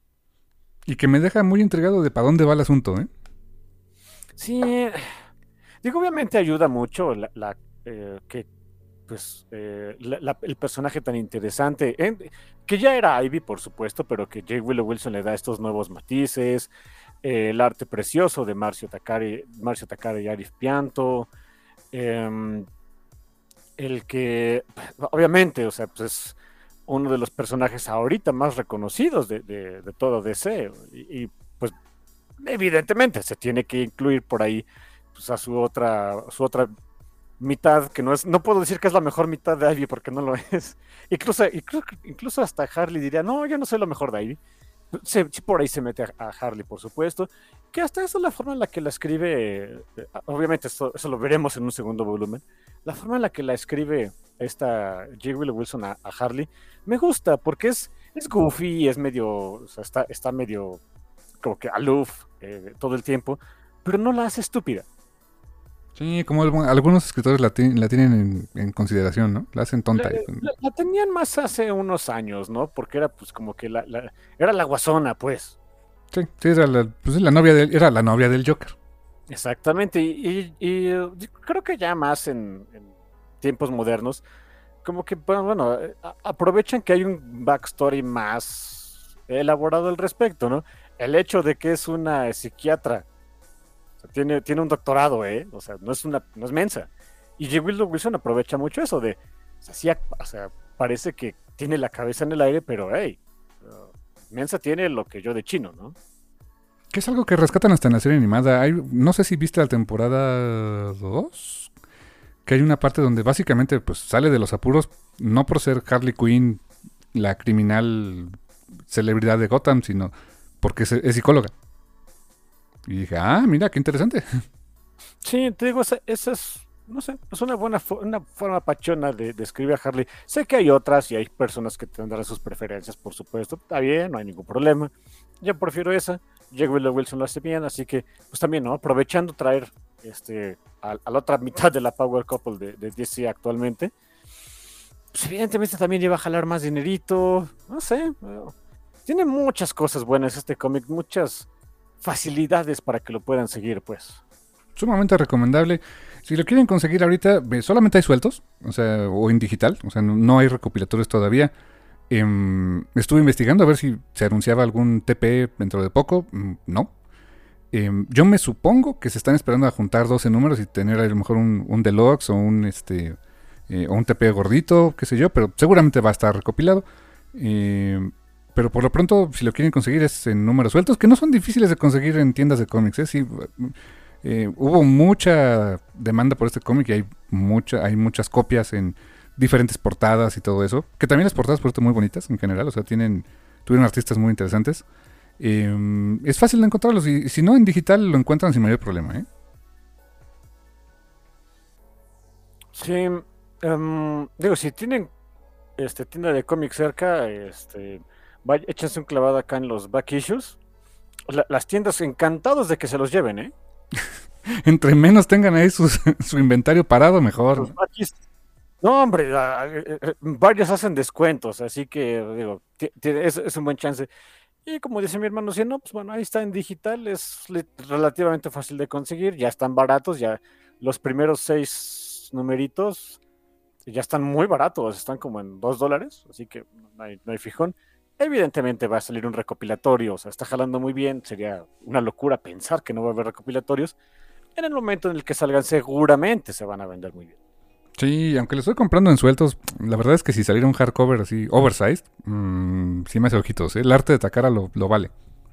Y que me deja muy intrigado de para dónde va el asunto, ¿eh? Sí, digo, obviamente ayuda mucho la, la eh, que, pues, eh, la, la, el personaje tan interesante, en, que ya era Ivy, por supuesto, pero que J. Willow Wilson le da estos nuevos matices, eh, el arte precioso de Marcio Takari, Marcio Takari y Arif Pianto, eh, el que, obviamente, o sea, pues es uno de los personajes ahorita más reconocidos de, de, de todo D C, y, y pues evidentemente se tiene que incluir por ahí pues, a su otra, su otra mitad, que no es, no puedo decir que es la mejor mitad de Ivy porque no lo es. Incluso, incluso, incluso hasta Harley diría, no, yo no soy lo mejor de Ivy. Se, sí, por ahí se mete a, a Harley, por supuesto, que hasta eso es la forma en la que la escribe, eh, obviamente esto, eso lo veremos en un segundo volumen, la forma en la que la escribe esta J. Willow Wilson a, a Harley, me gusta, porque es, es goofy, es medio, o sea, está, está medio como que aloof eh, todo el tiempo, pero no la hace estúpida. Sí, como algunos escritores la, la tienen en, en consideración, ¿no? La hacen tonta. La, la, la, tenían más hace unos años, ¿no? Porque era pues como que la, la era la guasona, pues. Sí, sí, era la, pues, la novia de, era la novia del Joker. Exactamente, y, y, y creo que ya más en, en tiempos modernos, como que, bueno, bueno a, aprovechan que hay un backstory más elaborado al respecto, ¿no? El hecho de que es una psiquiatra, o sea, tiene, tiene un doctorado, ¿eh? O sea, no es una, no es mensa. Y J. Willow Wilson aprovecha mucho eso de, o sea, sí, o sea, parece que tiene la cabeza en el aire, pero hey, uh, Mensa tiene lo que yo de chino, ¿no? Que es algo que rescatan hasta en la serie animada. Hay, no sé si viste la temporada dos, que hay una parte donde básicamente pues sale de los apuros, no por ser Harley Quinn, la criminal celebridad de Gotham, sino porque es, es psicóloga. Y dije, ah, mira, qué interesante. Sí, te digo, esa, esa es, no sé, es una buena fo- una forma pachona de, de escribir a Harley. Sé que hay otras y hay personas que tendrán sus preferencias, por supuesto. Está bien, no hay ningún problema. Yo prefiero esa. J. Willow Wilson lo hace bien, así que, pues también, ¿no? Aprovechando traer este, a, a la otra mitad de la Power Couple de, de D C actualmente, pues evidentemente también lleva a jalar más dinerito, no sé. eh, Tiene muchas cosas buenas este cómic, muchas facilidades para que lo puedan seguir, pues. Sumamente recomendable. Si lo quieren conseguir ahorita, eh, solamente hay sueltos, o sea, o en digital, o sea, no, no hay recopilatorios todavía. Em, estuve investigando a ver si se anunciaba algún T P dentro de poco. Mm, no. Em, yo me supongo que se están esperando a juntar doce números y tener a lo mejor un, un deluxe o un este eh, o un T P gordito, qué sé yo, pero seguramente va a estar recopilado. Em, pero por lo pronto, si lo quieren conseguir es en números sueltos, que no son difíciles de conseguir en tiendas de cómics. ¿eh? Sí, eh, hubo mucha demanda por este cómic y hay, mucha, hay muchas copias en diferentes portadas y todo eso. Que también las portadas, por cierto, muy bonitas en general. O sea, tienen, tuvieron artistas muy interesantes. Eh, es fácil de encontrarlos y si no, en digital lo encuentran sin mayor problema. ¿eh? Sí, em, digo, si tienen este, tienda de cómics cerca, este, vaya, échense un clavado acá en los back issues. La- las tiendas encantados de que se los lleven, ¿eh? Entre menos tengan ahí sus- su inventario parado, mejor. Los back issues. No, hombre, ah, eh, eh, varios hacen descuentos, así que digo, ti- ti- es, es un buen chance. Y como dice mi hermano, si no, pues bueno, ahí está en digital, es li- relativamente fácil de conseguir, ya están baratos, ya los primeros seis numeritos ya están muy baratos, están como en dos dólares, así que no hay, no hay fijón. Evidentemente va a salir un recopilatorio, o sea, está jalando muy bien, sería una locura pensar que no va a haber recopilatorios. En el momento en el que salgan, seguramente se van a vender muy bien. Sí, aunque lo estoy comprando en sueltos, la verdad es que si saliera un hardcover así, oversized, mmm, sí me hace ojitos. ¿eh? El arte de Takara lo, lo vale.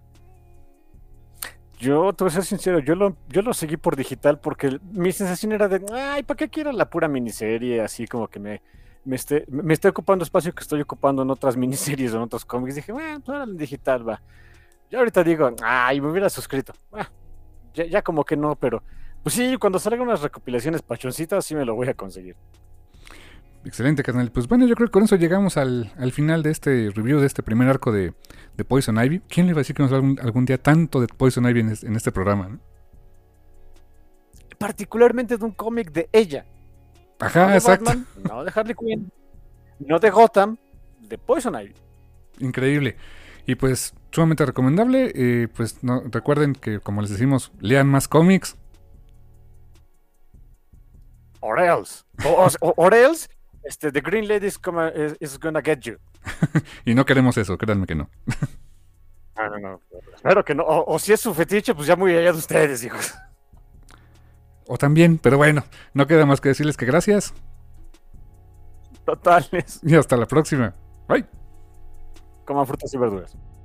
Yo, te voy a ser sincero, yo lo, yo lo seguí por digital porque mi sensación era de, ay, ¿para qué quiero la pura miniserie? Así como que me, me, esté, me esté ocupando espacio que estoy ocupando en otras miniseries o en otros cómics. Dije, bueno, pues ahora en digital va. Yo ahorita digo, ay, me hubiera suscrito. Ah, ya, ya como que no, pero pues sí, cuando salgan unas recopilaciones pachoncitas, sí me lo voy a conseguir. Excelente, carnal. Pues bueno, yo creo que con eso llegamos al, al final de este review, de este primer arco de, de Poison Ivy. ¿Quién le iba a decir que nos va algún, algún día tanto de Poison Ivy en, es- en este programa? ¿no? Particularmente de un cómic de ella. No Ajá, de exacto. Batman, no de Harley Quinn, no de Gotham, de Poison Ivy. Increíble. Y pues sumamente recomendable. Eh, pues no, recuerden que, como les decimos, lean más cómics. Or else. O, o- or else, este, the Green Lady is, come- is, is gonna get you. Y no queremos eso, créanme que no. No, no, no. Espero que no. O, o si es su fetiche, pues ya muy allá de ustedes, hijos. O también, pero bueno, no queda más que decirles que gracias. Totales. Y hasta la próxima. Bye. Coman frutas y verduras.